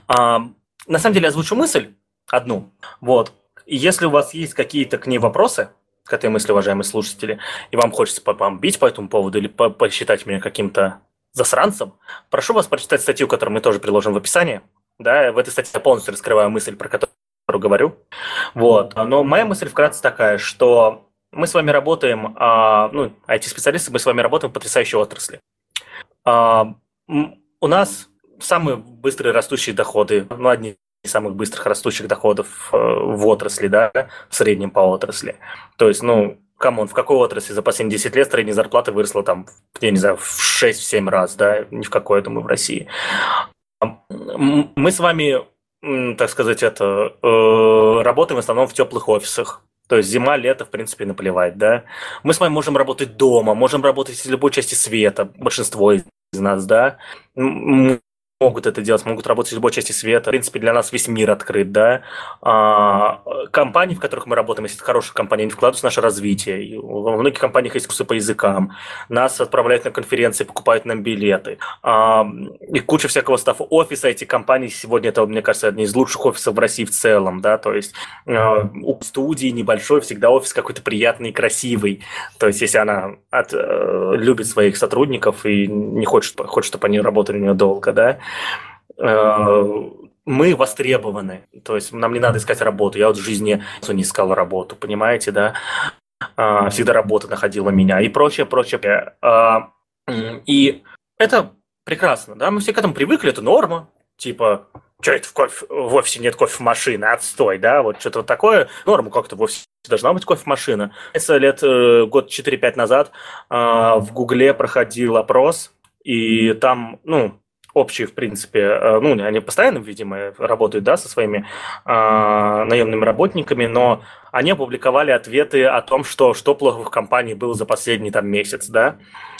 На самом деле, я озвучу мысль одну. Вот. И если у вас есть какие-то к ней вопросы, к этой мысли, уважаемые слушатели, и вам хочется побомбить по этому поводу или по посчитать меня каким-то засранцем, прошу вас прочитать статью, которую мы тоже приложим в описании. Да, в этой статье я полностью раскрываю мысль, про которую говорю. Вот. Но моя мысль вкратце такая, что мы с вами работаем, а, ну, ай ти-специалисты, мы с вами работаем в потрясающей отрасли. А, у нас самые быстрые растущие доходы, ну, одни из самых быстрых растущих доходов в отрасли, да, в среднем по отрасли. То есть, ну, камон, в какой отрасли за последние десять лет средняя зарплата выросла там, я не знаю, в шесть-семь раз, да, ни в какой, я думаю, в России. Мы с вами, так сказать, это, работаем в основном в теплых офисах. То есть зима, лето, в принципе, наплевать, да. Мы с вами можем работать дома, можем работать в любой части света, большинство из нас, да. могут это делать, могут работать в любой части света. В принципе, для нас весь мир открыт, да. А, компании, в которых мы работаем, если это хорошие компании, они вкладываются в наше развитие. И во многих компаниях есть курсы по языкам. Нас отправляют на конференции, покупают нам билеты. А, и куча всякого стаффа. Офиса эти компании сегодня, это, мне кажется, одни из лучших офисов в России в целом, да. То есть а, у студии небольшой всегда офис какой-то приятный и красивый. То есть если она от, э, любит своих сотрудников и не хочет, хочет, чтобы они работали у нее долго, да, мы востребованы, то есть нам не надо искать работу. Я вот в жизни не искал работу, понимаете, да, всегда работа находила меня и прочее, прочее. И это прекрасно, да, мы все к этому привыкли, это норма, типа, что это в, кофе, в офисе нет кофемашины, отстой, да, вот что-то вот такое, норма как-то в офисе должна быть кофемашина. Лет год четыре-пять назад в Гугле проходил опрос, и там, ну, общие, в принципе, ну, они постоянно, видимо, работают, да, со своими э, наемными работниками, но они опубликовали ответы о том, что, что плохо в компании было за последний там месяц, да,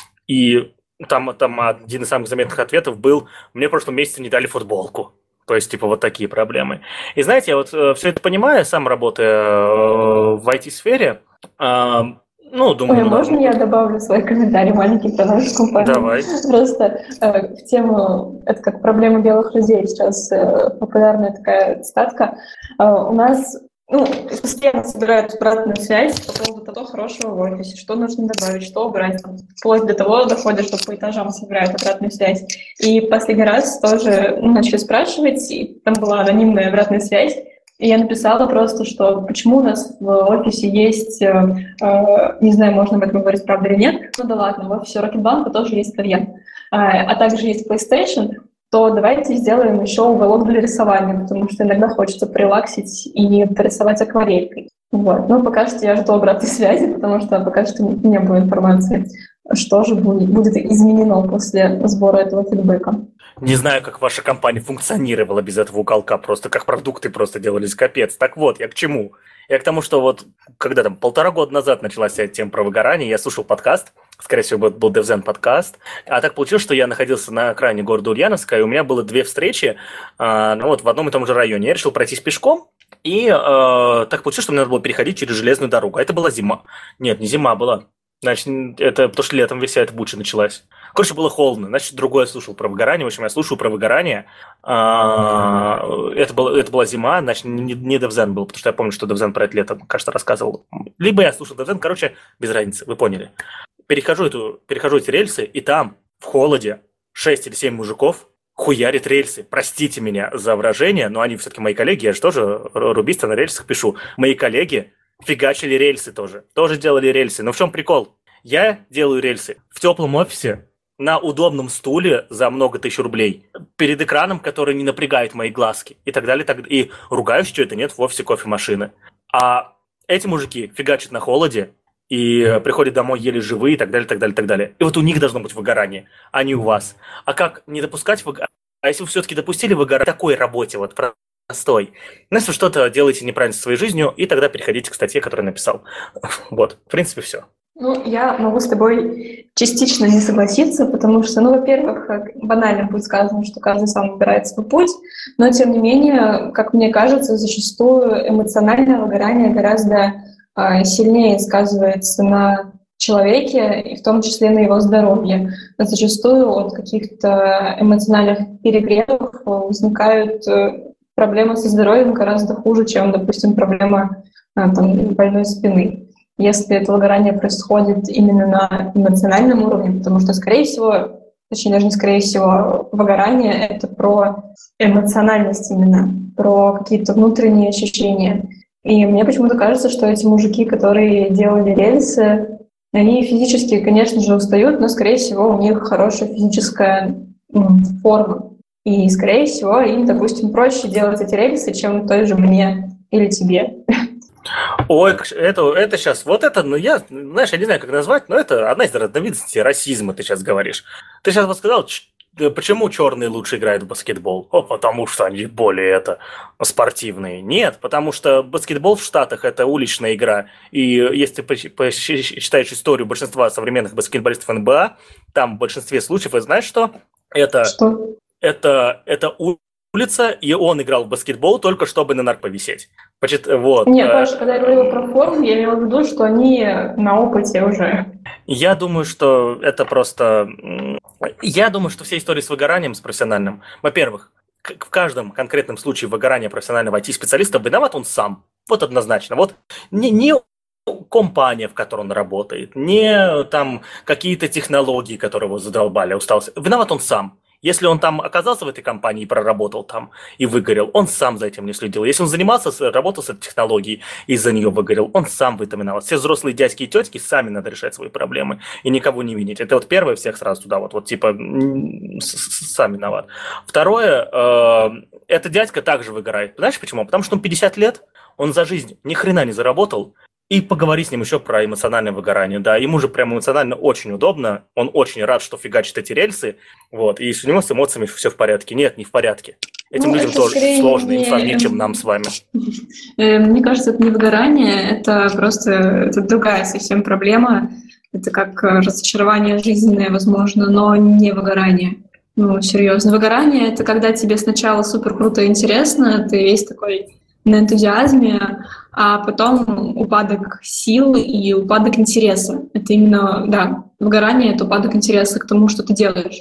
и там, там один из самых заметных ответов был: мне в прошлом месяце не дали футболку. То есть, типа, вот такие проблемы. И знаете, я вот э, все это понимаю, сам работая э, в ай ти-сфере, э, ну, думаю, Ой, ну, можно я добавлю свой комментарий маленький про нашу компанию? Давай. Просто э, в тему, это как проблема белых людей, сейчас э, популярная такая цитатка. Э, у нас, ну, постоянно собирают обратную связь по поводу того хорошего в офисе, что нужно добавить, что убрать. Там, вплоть до того доходят, что по этажам собирают обратную связь. И последний раз тоже ну, начали спрашивать, и там была анонимная обратная связь. И я написала просто, что почему у нас в офисе есть, э, э, не знаю, можно об этом говорить, правда или нет, ну да ладно, в офисе Рокетбанка тоже есть кальян, а, а также есть PlayStation, то давайте сделаем еще уголок для рисования, потому что иногда хочется прелаксить и порисовать акварелькой. Вот. Но пока что я жду обратной связи, потому что пока что не было информации, что же будет, будет изменено после сбора этого фидбэка. Не знаю, как ваша компания функционировала без этого уголка, просто как продукты просто делались, капец. Так вот, я к чему? Я к тому, что вот, когда там полтора года назад началась эта тема про выгорание, я слушал подкаст, скорее всего, был DevZen подкаст, а так получилось, что я находился на окраине города Ульяновска, и у меня было две встречи, э, ну вот в одном и том же районе. Я решил пройтись пешком, и э, так получилось, что мне надо было переходить через железную дорогу. А это была зима. Нет, не зима была. Значит, это потому что летом вся эта буча началась. Короче, было холодно. Значит, другое я слушал про выгорание. В общем, я слушаю про выгорание. Это, было, это была зима, значит, не, не DevZen был, потому что я помню, что DevZen про это лето, кажется, рассказывал. Либо я слушал DevZen, короче, без разницы, вы поняли. Перехожу, эту, перехожу эти рельсы, и там, в холоде, шесть или семь мужиков хуярит рельсы. Простите меня за выражение, но они все-таки мои коллеги, я же тоже рубиста на рельсах пишу. Мои коллеги фигачили рельсы тоже. Тоже делали рельсы. Но в чем прикол? Я делаю рельсы в теплом офисе, на удобном стуле за много тысяч рублей, перед экраном, который не напрягает мои глазки, и так далее. Так... И ругаюсь, что это нет в офисе кофемашины. А эти мужики фигачат на холоде и приходят домой еле живые, и так далее, так далее, так далее. И вот у них должно быть выгорание, а не у вас. А как не допускать выгорание? А если вы все-таки допустили выгорание в такой работе, вот простой, значит, вы что-то делаете неправильно со своей жизнью, и тогда переходите к статье, которую я написал. Вот, в принципе, все. Ну, я могу с тобой частично не согласиться, потому что, ну, во-первых, банально будет сказано, что каждый сам выбирает свой путь, но, тем не менее, как мне кажется, зачастую эмоциональное выгорание гораздо э, сильнее сказывается на человеке, и в том числе на его здоровье. Зачастую от каких-то эмоциональных перегревов возникают э, проблемы со здоровьем гораздо хуже, чем, допустим, проблема э, там, больной спины. Если это выгорание происходит именно на эмоциональном уровне, потому что, скорее всего, точнее, даже не скорее всего, выгорание — это про эмоциональность именно, про какие-то внутренние ощущения. И мне почему-то кажется, что эти мужики, которые делали рельсы, они физически, конечно же, устают, но, скорее всего, у них хорошая физическая м, форма. И, скорее всего, им, допустим, проще делать эти рельсы, чем той же мне или тебе. Ой, это, это сейчас, вот это, ну я, знаешь, я не знаю, как назвать, но это одна из разновидностей расизма, ты сейчас говоришь. Ты сейчас вот сказал, почему черные лучше играют в баскетбол? О, потому что они более это спортивные. Нет, потому что баскетбол в Штатах – это уличная игра. И если почитаешь историю большинства современных баскетболистов эн бэ а, там в большинстве случаев, знаешь что? Это... Что? это, это улица, и он играл в баскетбол только чтобы на нарк повисеть. Почит, вот. Нет, Паша, когда я говорила про форму, я имела в виду, что они на опыте уже. Я думаю, что это просто... Я думаю, что все истории с выгоранием, с профессиональным, во-первых, в каждом конкретном случае выгорания профессионального ай ти-специалиста виноват он сам. Вот однозначно. Вот не, не компания, в которой он работает, не там какие-то технологии, которые его задолбали, устался. Виноват он сам. Если он там оказался в этой компании и проработал там, и выгорел, он сам за этим не следил. Если он занимался, работал с этой технологией и из-за нее выгорел, он сам в этом виноват. Все взрослые дядьки и тетки сами надо решать свои проблемы и никого не винить. Это вот первое, всех сразу туда, вот, вот типа, сам виноват. Второе, э, этот дядька также выгорает. Знаешь почему? Потому что он пятьдесят лет, он за жизнь ни хрена не заработал. И поговорить с ним еще про эмоциональное выгорание. Да, ему же прям эмоционально очень удобно. Он очень рад, что фигачит эти рельсы. Вот, и у него с эмоциями все в порядке. Нет, не в порядке. Этим ну, людям тоже сложно, не... им сложнее, чем нам с вами. Мне кажется, это не выгорание, это просто это другая совсем проблема. Это как разочарование жизненное, возможно, но не выгорание. Ну, серьезно. Выгорание — это когда тебе сначала супер круто и интересно, ты весь такой на энтузиазме, а потом упадок сил и упадок интереса. Это именно, да, выгорание — это упадок интереса к тому, что ты делаешь.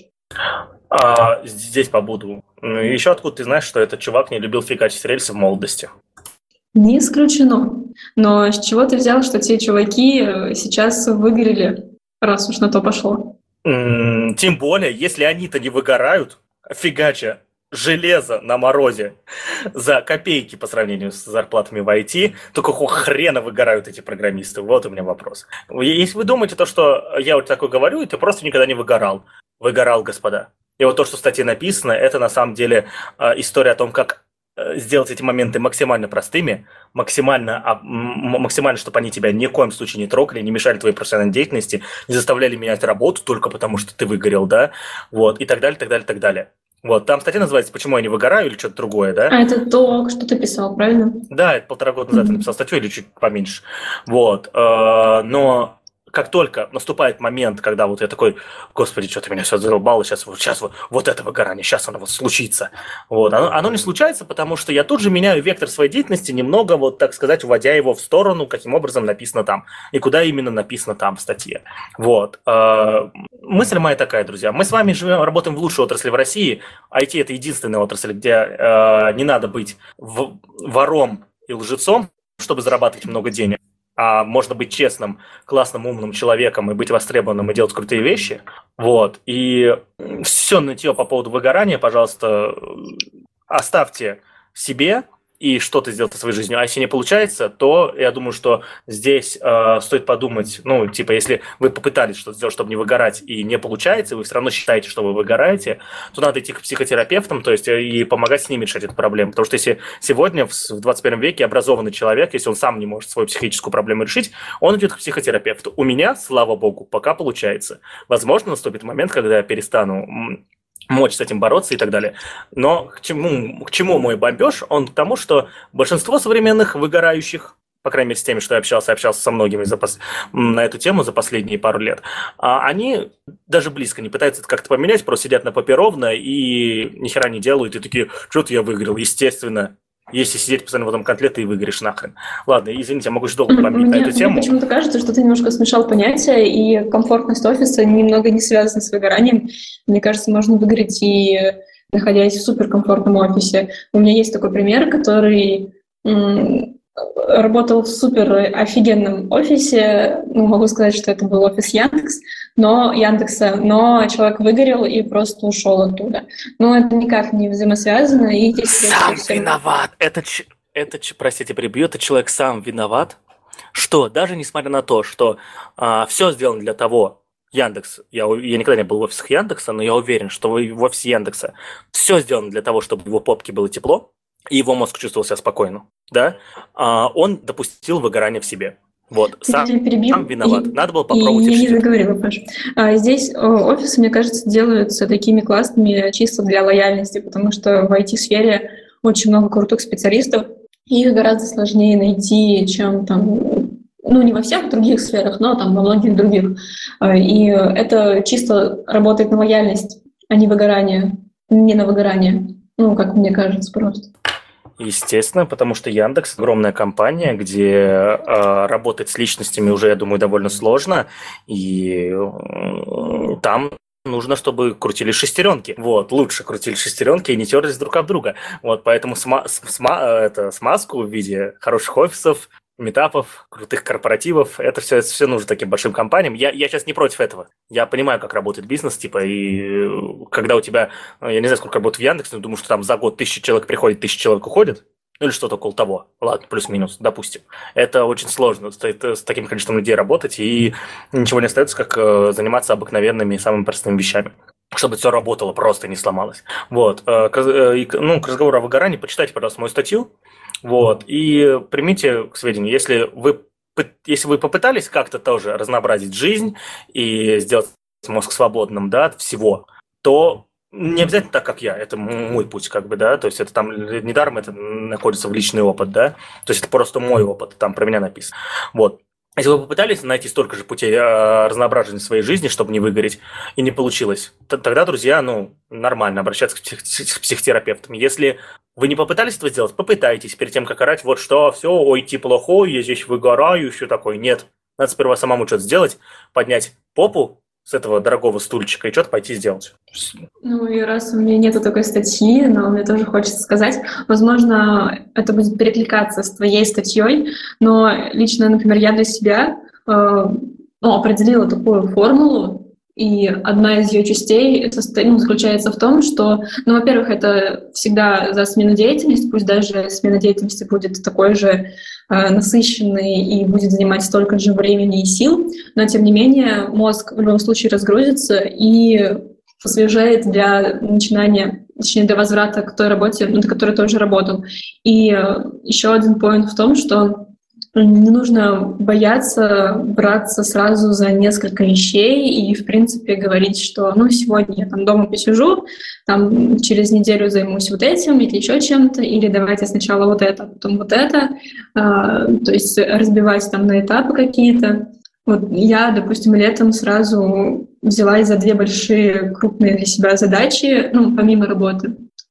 А, здесь побуду. Еще откуда ты знаешь, что этот чувак не любил фигачить рельсы в молодости? Не исключено. Но с чего ты взял, что те чуваки сейчас выгорели, раз уж на то пошло? Тем более, если они-то не выгорают, фигача железо на морозе за копейки по сравнению с зарплатами в ай ти, то какого хрена выгорают эти программисты? Вот у меня вопрос. Если вы думаете, то, что я вот такое говорю, ты просто никогда не выгорал. Выгорал, господа. И вот то, что в статье написано, это на самом деле история о том, как сделать эти моменты максимально простыми, максимально, максимально, чтобы они тебя ни в коем случае не трогали, не мешали твоей профессиональной деятельности, не заставляли менять работу только потому, что ты выгорел, да, вот, и так далее, так далее, так далее. Вот, там статья называется «Почему я не выгораю» или что-то другое, да? А это то, что ты писал, правильно? Да, это полтора года назад mm-hmm. я написал статью или чуть поменьше. Вот, но как только наступает момент, когда вот я такой, господи, что-то меня все задолбало, сейчас, сейчас вот, вот это выгорание, сейчас оно вот случится. Вот, оно, оно не случается, потому что я тут же меняю вектор своей деятельности, немного, вот так сказать, уводя его в сторону, каким образом написано там, и куда именно написано там в статье. Вот. Мысль моя такая, друзья, мы с вами живем, работаем в лучшей отрасли в России, ай ти – это единственная отрасль, где э, не надо быть в, вором и лжецом, чтобы зарабатывать много денег, а можно быть честным, классным, умным человеком и быть востребованным и делать крутые вещи. Вот. И все нытье по поводу выгорания, пожалуйста, оставьте себе и что-то сделать со своей жизнью. А если не получается, то я думаю, что здесь э, стоит подумать, ну, типа, если вы попытались что-то сделать, чтобы не выгорать, и не получается, и вы все равно считаете, что вы выгораете, то надо идти к психотерапевтам, то есть и помогать с ними решать эту проблему. Потому что если сегодня, в двадцать первом веке, образованный человек, если он сам не может свою психическую проблему решить, он идет к психотерапевту. У меня, слава богу, пока получается. Возможно, наступит момент, когда я перестану мочь с этим бороться и так далее. Но к чему, к чему мой бомбеж? Он к тому, что большинство современных выгорающих, по крайней мере, с теми, что я общался, общался со многими за пос... на эту тему за последние пару лет, они даже близко не пытаются это как-то поменять, просто сидят на попе ровно и ни хера не делают, и такие, что-то я выиграл, естественно. Если сидеть постоянно в этом котле, ты выгоришь нахрен. Ладно, извините, я могу еще долго бомбить на эту тему. Мне почему-то кажется, что ты немножко смешал понятия, и комфортность офиса немного не связана с выгоранием. Мне кажется, можно выгореть и находясь в суперкомфортном офисе. У меня есть такой пример, который м- работал в супер офигенном офисе. Ну, могу сказать, что это был офис Яндекс, но Яндекса, но человек выгорел и просто ушел оттуда. Но это никак не взаимосвязано. И здесь сам виноват. Это, это, простите, прибью, это человек сам виноват, что даже несмотря на то, что а, все сделано для того, Яндекс, я, я никогда не был в офисах Яндекса, но я уверен, что в офисе Яндекса все сделано для того, чтобы в его попке было тепло, и его мозг чувствовал себя спокойно, да, а, он допустил выгорание в себе. Вот, сам, сам виноват. Надо было попробовать. И я не договорила, Паша. А, здесь офисы, мне кажется, делаются такими классными чисто для лояльности, потому что в ай ти-сфере очень много крутых специалистов, и их гораздо сложнее найти, чем там, ну, не во всех других сферах, но там во многих других. И это чисто работает на лояльность, а не выгорание. не на выгорание. Ну, как мне кажется, просто. Естественно, потому что Яндекс огромная компания, где э, работать с личностями уже, я думаю, довольно сложно, и э, там нужно, чтобы крутили шестеренки. Вот, лучше крутили шестеренки и не терлись друг об друга. Вот, поэтому сма- сма- это, смазку в виде хороших офисов, митапов, крутых корпоративов, это все, это все нужно таким большим компаниям. Я, я сейчас не против этого. Я понимаю, как работает бизнес, типа, и когда у тебя, я не знаю, сколько работает в Яндексе, но думаю, что там за год тысяча человек приходит, тысяча человек уходит, ну или что-то около того. Ладно, плюс-минус, допустим. Это очень сложно с, с таким количеством людей работать, и ничего не остается, как э, заниматься обыкновенными, самыми простыми вещами, чтобы все работало, просто не сломалось. Вот. Э, к, э, ну, к разговору о выгорании, почитайте, пожалуйста, мою статью. Вот. И примите к сведению, если вы, если вы попытались как-то тоже разнообразить жизнь и сделать мозг свободным, да, от всего, то не обязательно так, как я. Это мой путь, как бы, да. То есть это там недаром это находится в личный опыт, да. То есть это просто мой опыт, там про меня написано. Вот. Если вы попытались найти столько же путей э, разноображения своей жизни, чтобы не выгореть, и не получилось, т- тогда, друзья, ну, нормально обращаться к, псих- к психотерапевтам. Если вы не попытались этого сделать, попытайтесь перед тем, как орать, вот что, все, ой, ты плохой, я здесь выгораю, все такое. Нет, надо сперва самому что-то сделать, поднять попу с этого дорогого стульчика и что-то пойти сделать. Ну и раз у меня нету такой статьи, но мне тоже хочется сказать, возможно, это будет перекликаться с твоей статьей, но лично, например, я для себя э, ну, определила такую формулу, и одна из ее частей состо... ну, заключается в том, что, ну, во-первых, это всегда за смену деятельности, пусть даже смена деятельности будет такой же э, насыщенной и будет занимать столько же времени и сил, но, тем не менее, мозг в любом случае разгрузится и освежает для начинания, точнее, для возврата к той работе, над которой тоже работал. И э, еще один поинт в том, что не нужно бояться браться сразу за несколько вещей и, в принципе, говорить, что ну, сегодня я там дома посижу, там, через неделю займусь вот этим или еще чем-то, или давайте сначала вот это, а потом вот это. А, то есть разбивать там на этапы какие-то. Вот я, допустим, летом сразу взялась за две большие крупные для себя задачи, ну, помимо работы.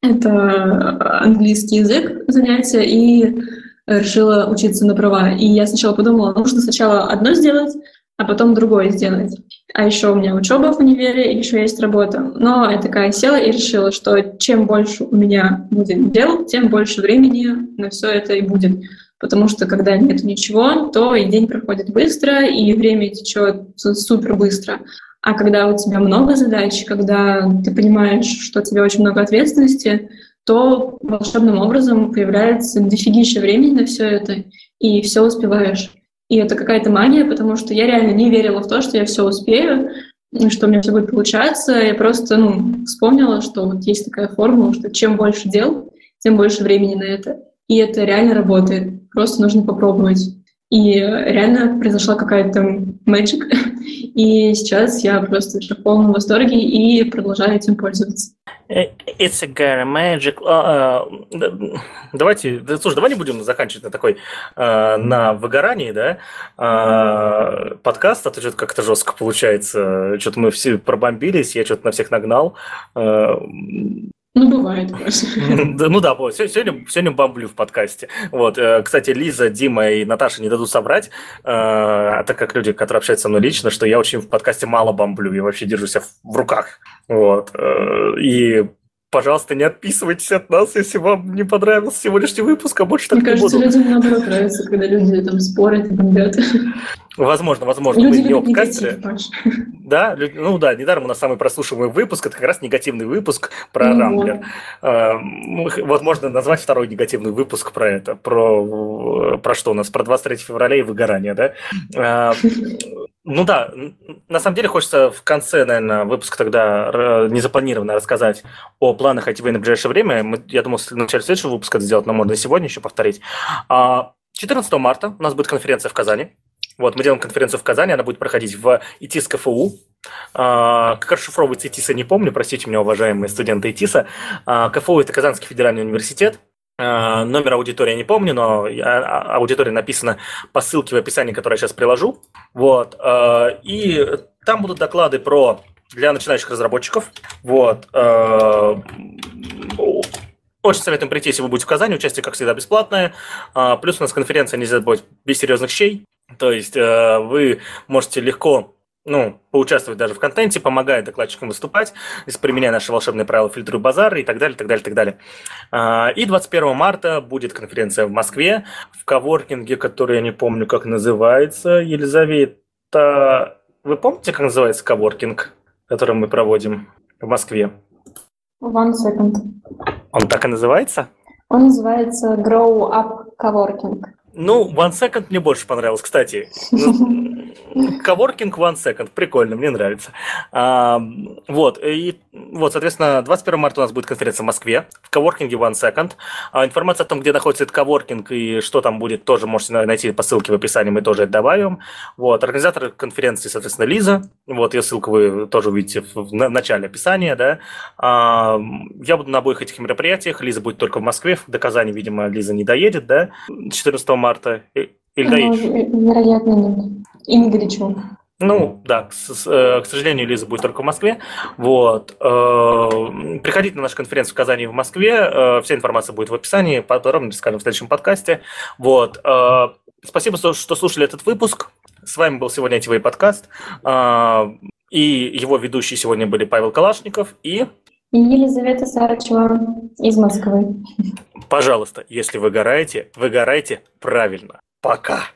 Это английский язык, занятия, и решила учиться на права. И я сначала подумала, нужно сначала одно сделать, а потом другое сделать. А еще у меня учеба в универе, и еще есть работа. Но я такая села и решила, что чем больше у меня будет дел, тем больше времени на все это и будет. Потому что когда нет ничего, то и день проходит быстро, и время течет супер быстро. А когда у тебя много задач, когда ты понимаешь, что у тебя очень много ответственности, то волшебным образом появляется дофигища времени на все это, и все успеваешь. И это какая-то магия, потому что я реально не верила в то, что я все успею, что у меня все будет получаться. Я просто ну, вспомнила, что вот есть такая формула, что чем больше дел, тем больше времени на это. И это реально работает. Просто нужно попробовать. И реально произошла какая-то magic. И сейчас я просто в полном восторге и продолжаю этим пользоваться. It's a girl magic. Uh, uh, давайте, да, слушай, давай не будем заканчивать на такой, uh, на выгорании, да, uh, подкаст, а то что-то как-то жестко получается. Что-то мы все пробомбились, я что-то на всех нагнал. Uh, Ну, бывает. Ну да, сегодня, сегодня бомблю в подкасте. Вот. Кстати, Лиза, Дима и Наташа не дадут соврать, а так как люди, которые общаются со мной лично, что я очень в подкасте мало бомблю, я вообще держу себя в руках. Вот. И, пожалуйста, не отписывайтесь от нас, если вам не понравился сегодняшний выпуск, а больше так Мне не кажется, буду. людям наоборот нравится, когда люди там спорят и бомбят. Возможно, возможно. Люди Мы не любят опкастеры. негатив, Да, ну да, недаром у нас самый прослушиваемый выпуск, это как раз негативный выпуск про Ну Рамблер. Вот можно назвать второй негативный выпуск про это, про, про что у нас, про двадцать третьего февраля и выгорание, да? А, Ну да, на самом деле хочется в конце, наверное, выпуска тогда незапланированно рассказать о планах ай ти ви на ближайшее время. Мы, я думал, в начале следующего выпуска это сделать, но можно и сегодня еще повторить. четырнадцатого марта у нас будет конференция в Казани. Вот, мы делаем конференцию в Казани, она будет проходить в ИТИС КФУ. Как расшифровывается ИТИСа, не помню, простите меня, уважаемые студенты ИТИСа. КФУ – это Казанский федеральный университет. Номер аудитории я не помню, но аудитория написана по ссылке в описании, которую я сейчас приложу. Вот. И там будут доклады про для начинающих разработчиков. Вот. Очень советуем прийти, если вы будете в Казани. Участие, как всегда, бесплатное. Плюс у нас конференция, нельзя забывать, без серьезных щей. То есть вы можете легко ну, поучаствовать даже в контенте, помогая докладчикам выступать, применяя наши волшебные правила, фильтруя базары и так далее, так далее, так далее. И двадцать первого марта будет конференция в Москве, в коворкинге, который я не помню, как называется. Елизавета, вы помните, как называется коворкинг, который мы проводим в Москве? One second. Он так и называется? Он называется Grow Up Coworking. Ну, One Second мне больше понравилось, кстати. Coworking One Second, прикольно, мне нравится. А, вот, и вот, соответственно, двадцать первого марта у нас будет конференция в Москве, в коворкинге One Second. А, информация о том, где находится этот коворкинг и что там будет, тоже можете найти по ссылке в описании, мы тоже это добавим. Вот, организатор конференции, соответственно, Лиза. Вот, ее ссылку вы тоже увидите в начале описания, да. А, я буду на обоих этих мероприятиях, Лиза будет только в Москве, до Казани, видимо, Лиза не доедет, да, четырнадцатого марта. Или доедешь? Ну, вероятно, нет. И не горячо. Ну, да, к, к сожалению, Лиза будет только в Москве. Вот. Приходите на нашу конференцию в Казани и в Москве. Вся информация будет в описании, подробно расскажем в следующем подкасте. Вот. Спасибо, что слушали этот выпуск. С вами был сегодня ай ти ви подкаст. И его ведущие сегодня были Павел Калашников и... И Елизавета Сарычева из Москвы. Пожалуйста, если выгораете, выгорайте правильно. Пока.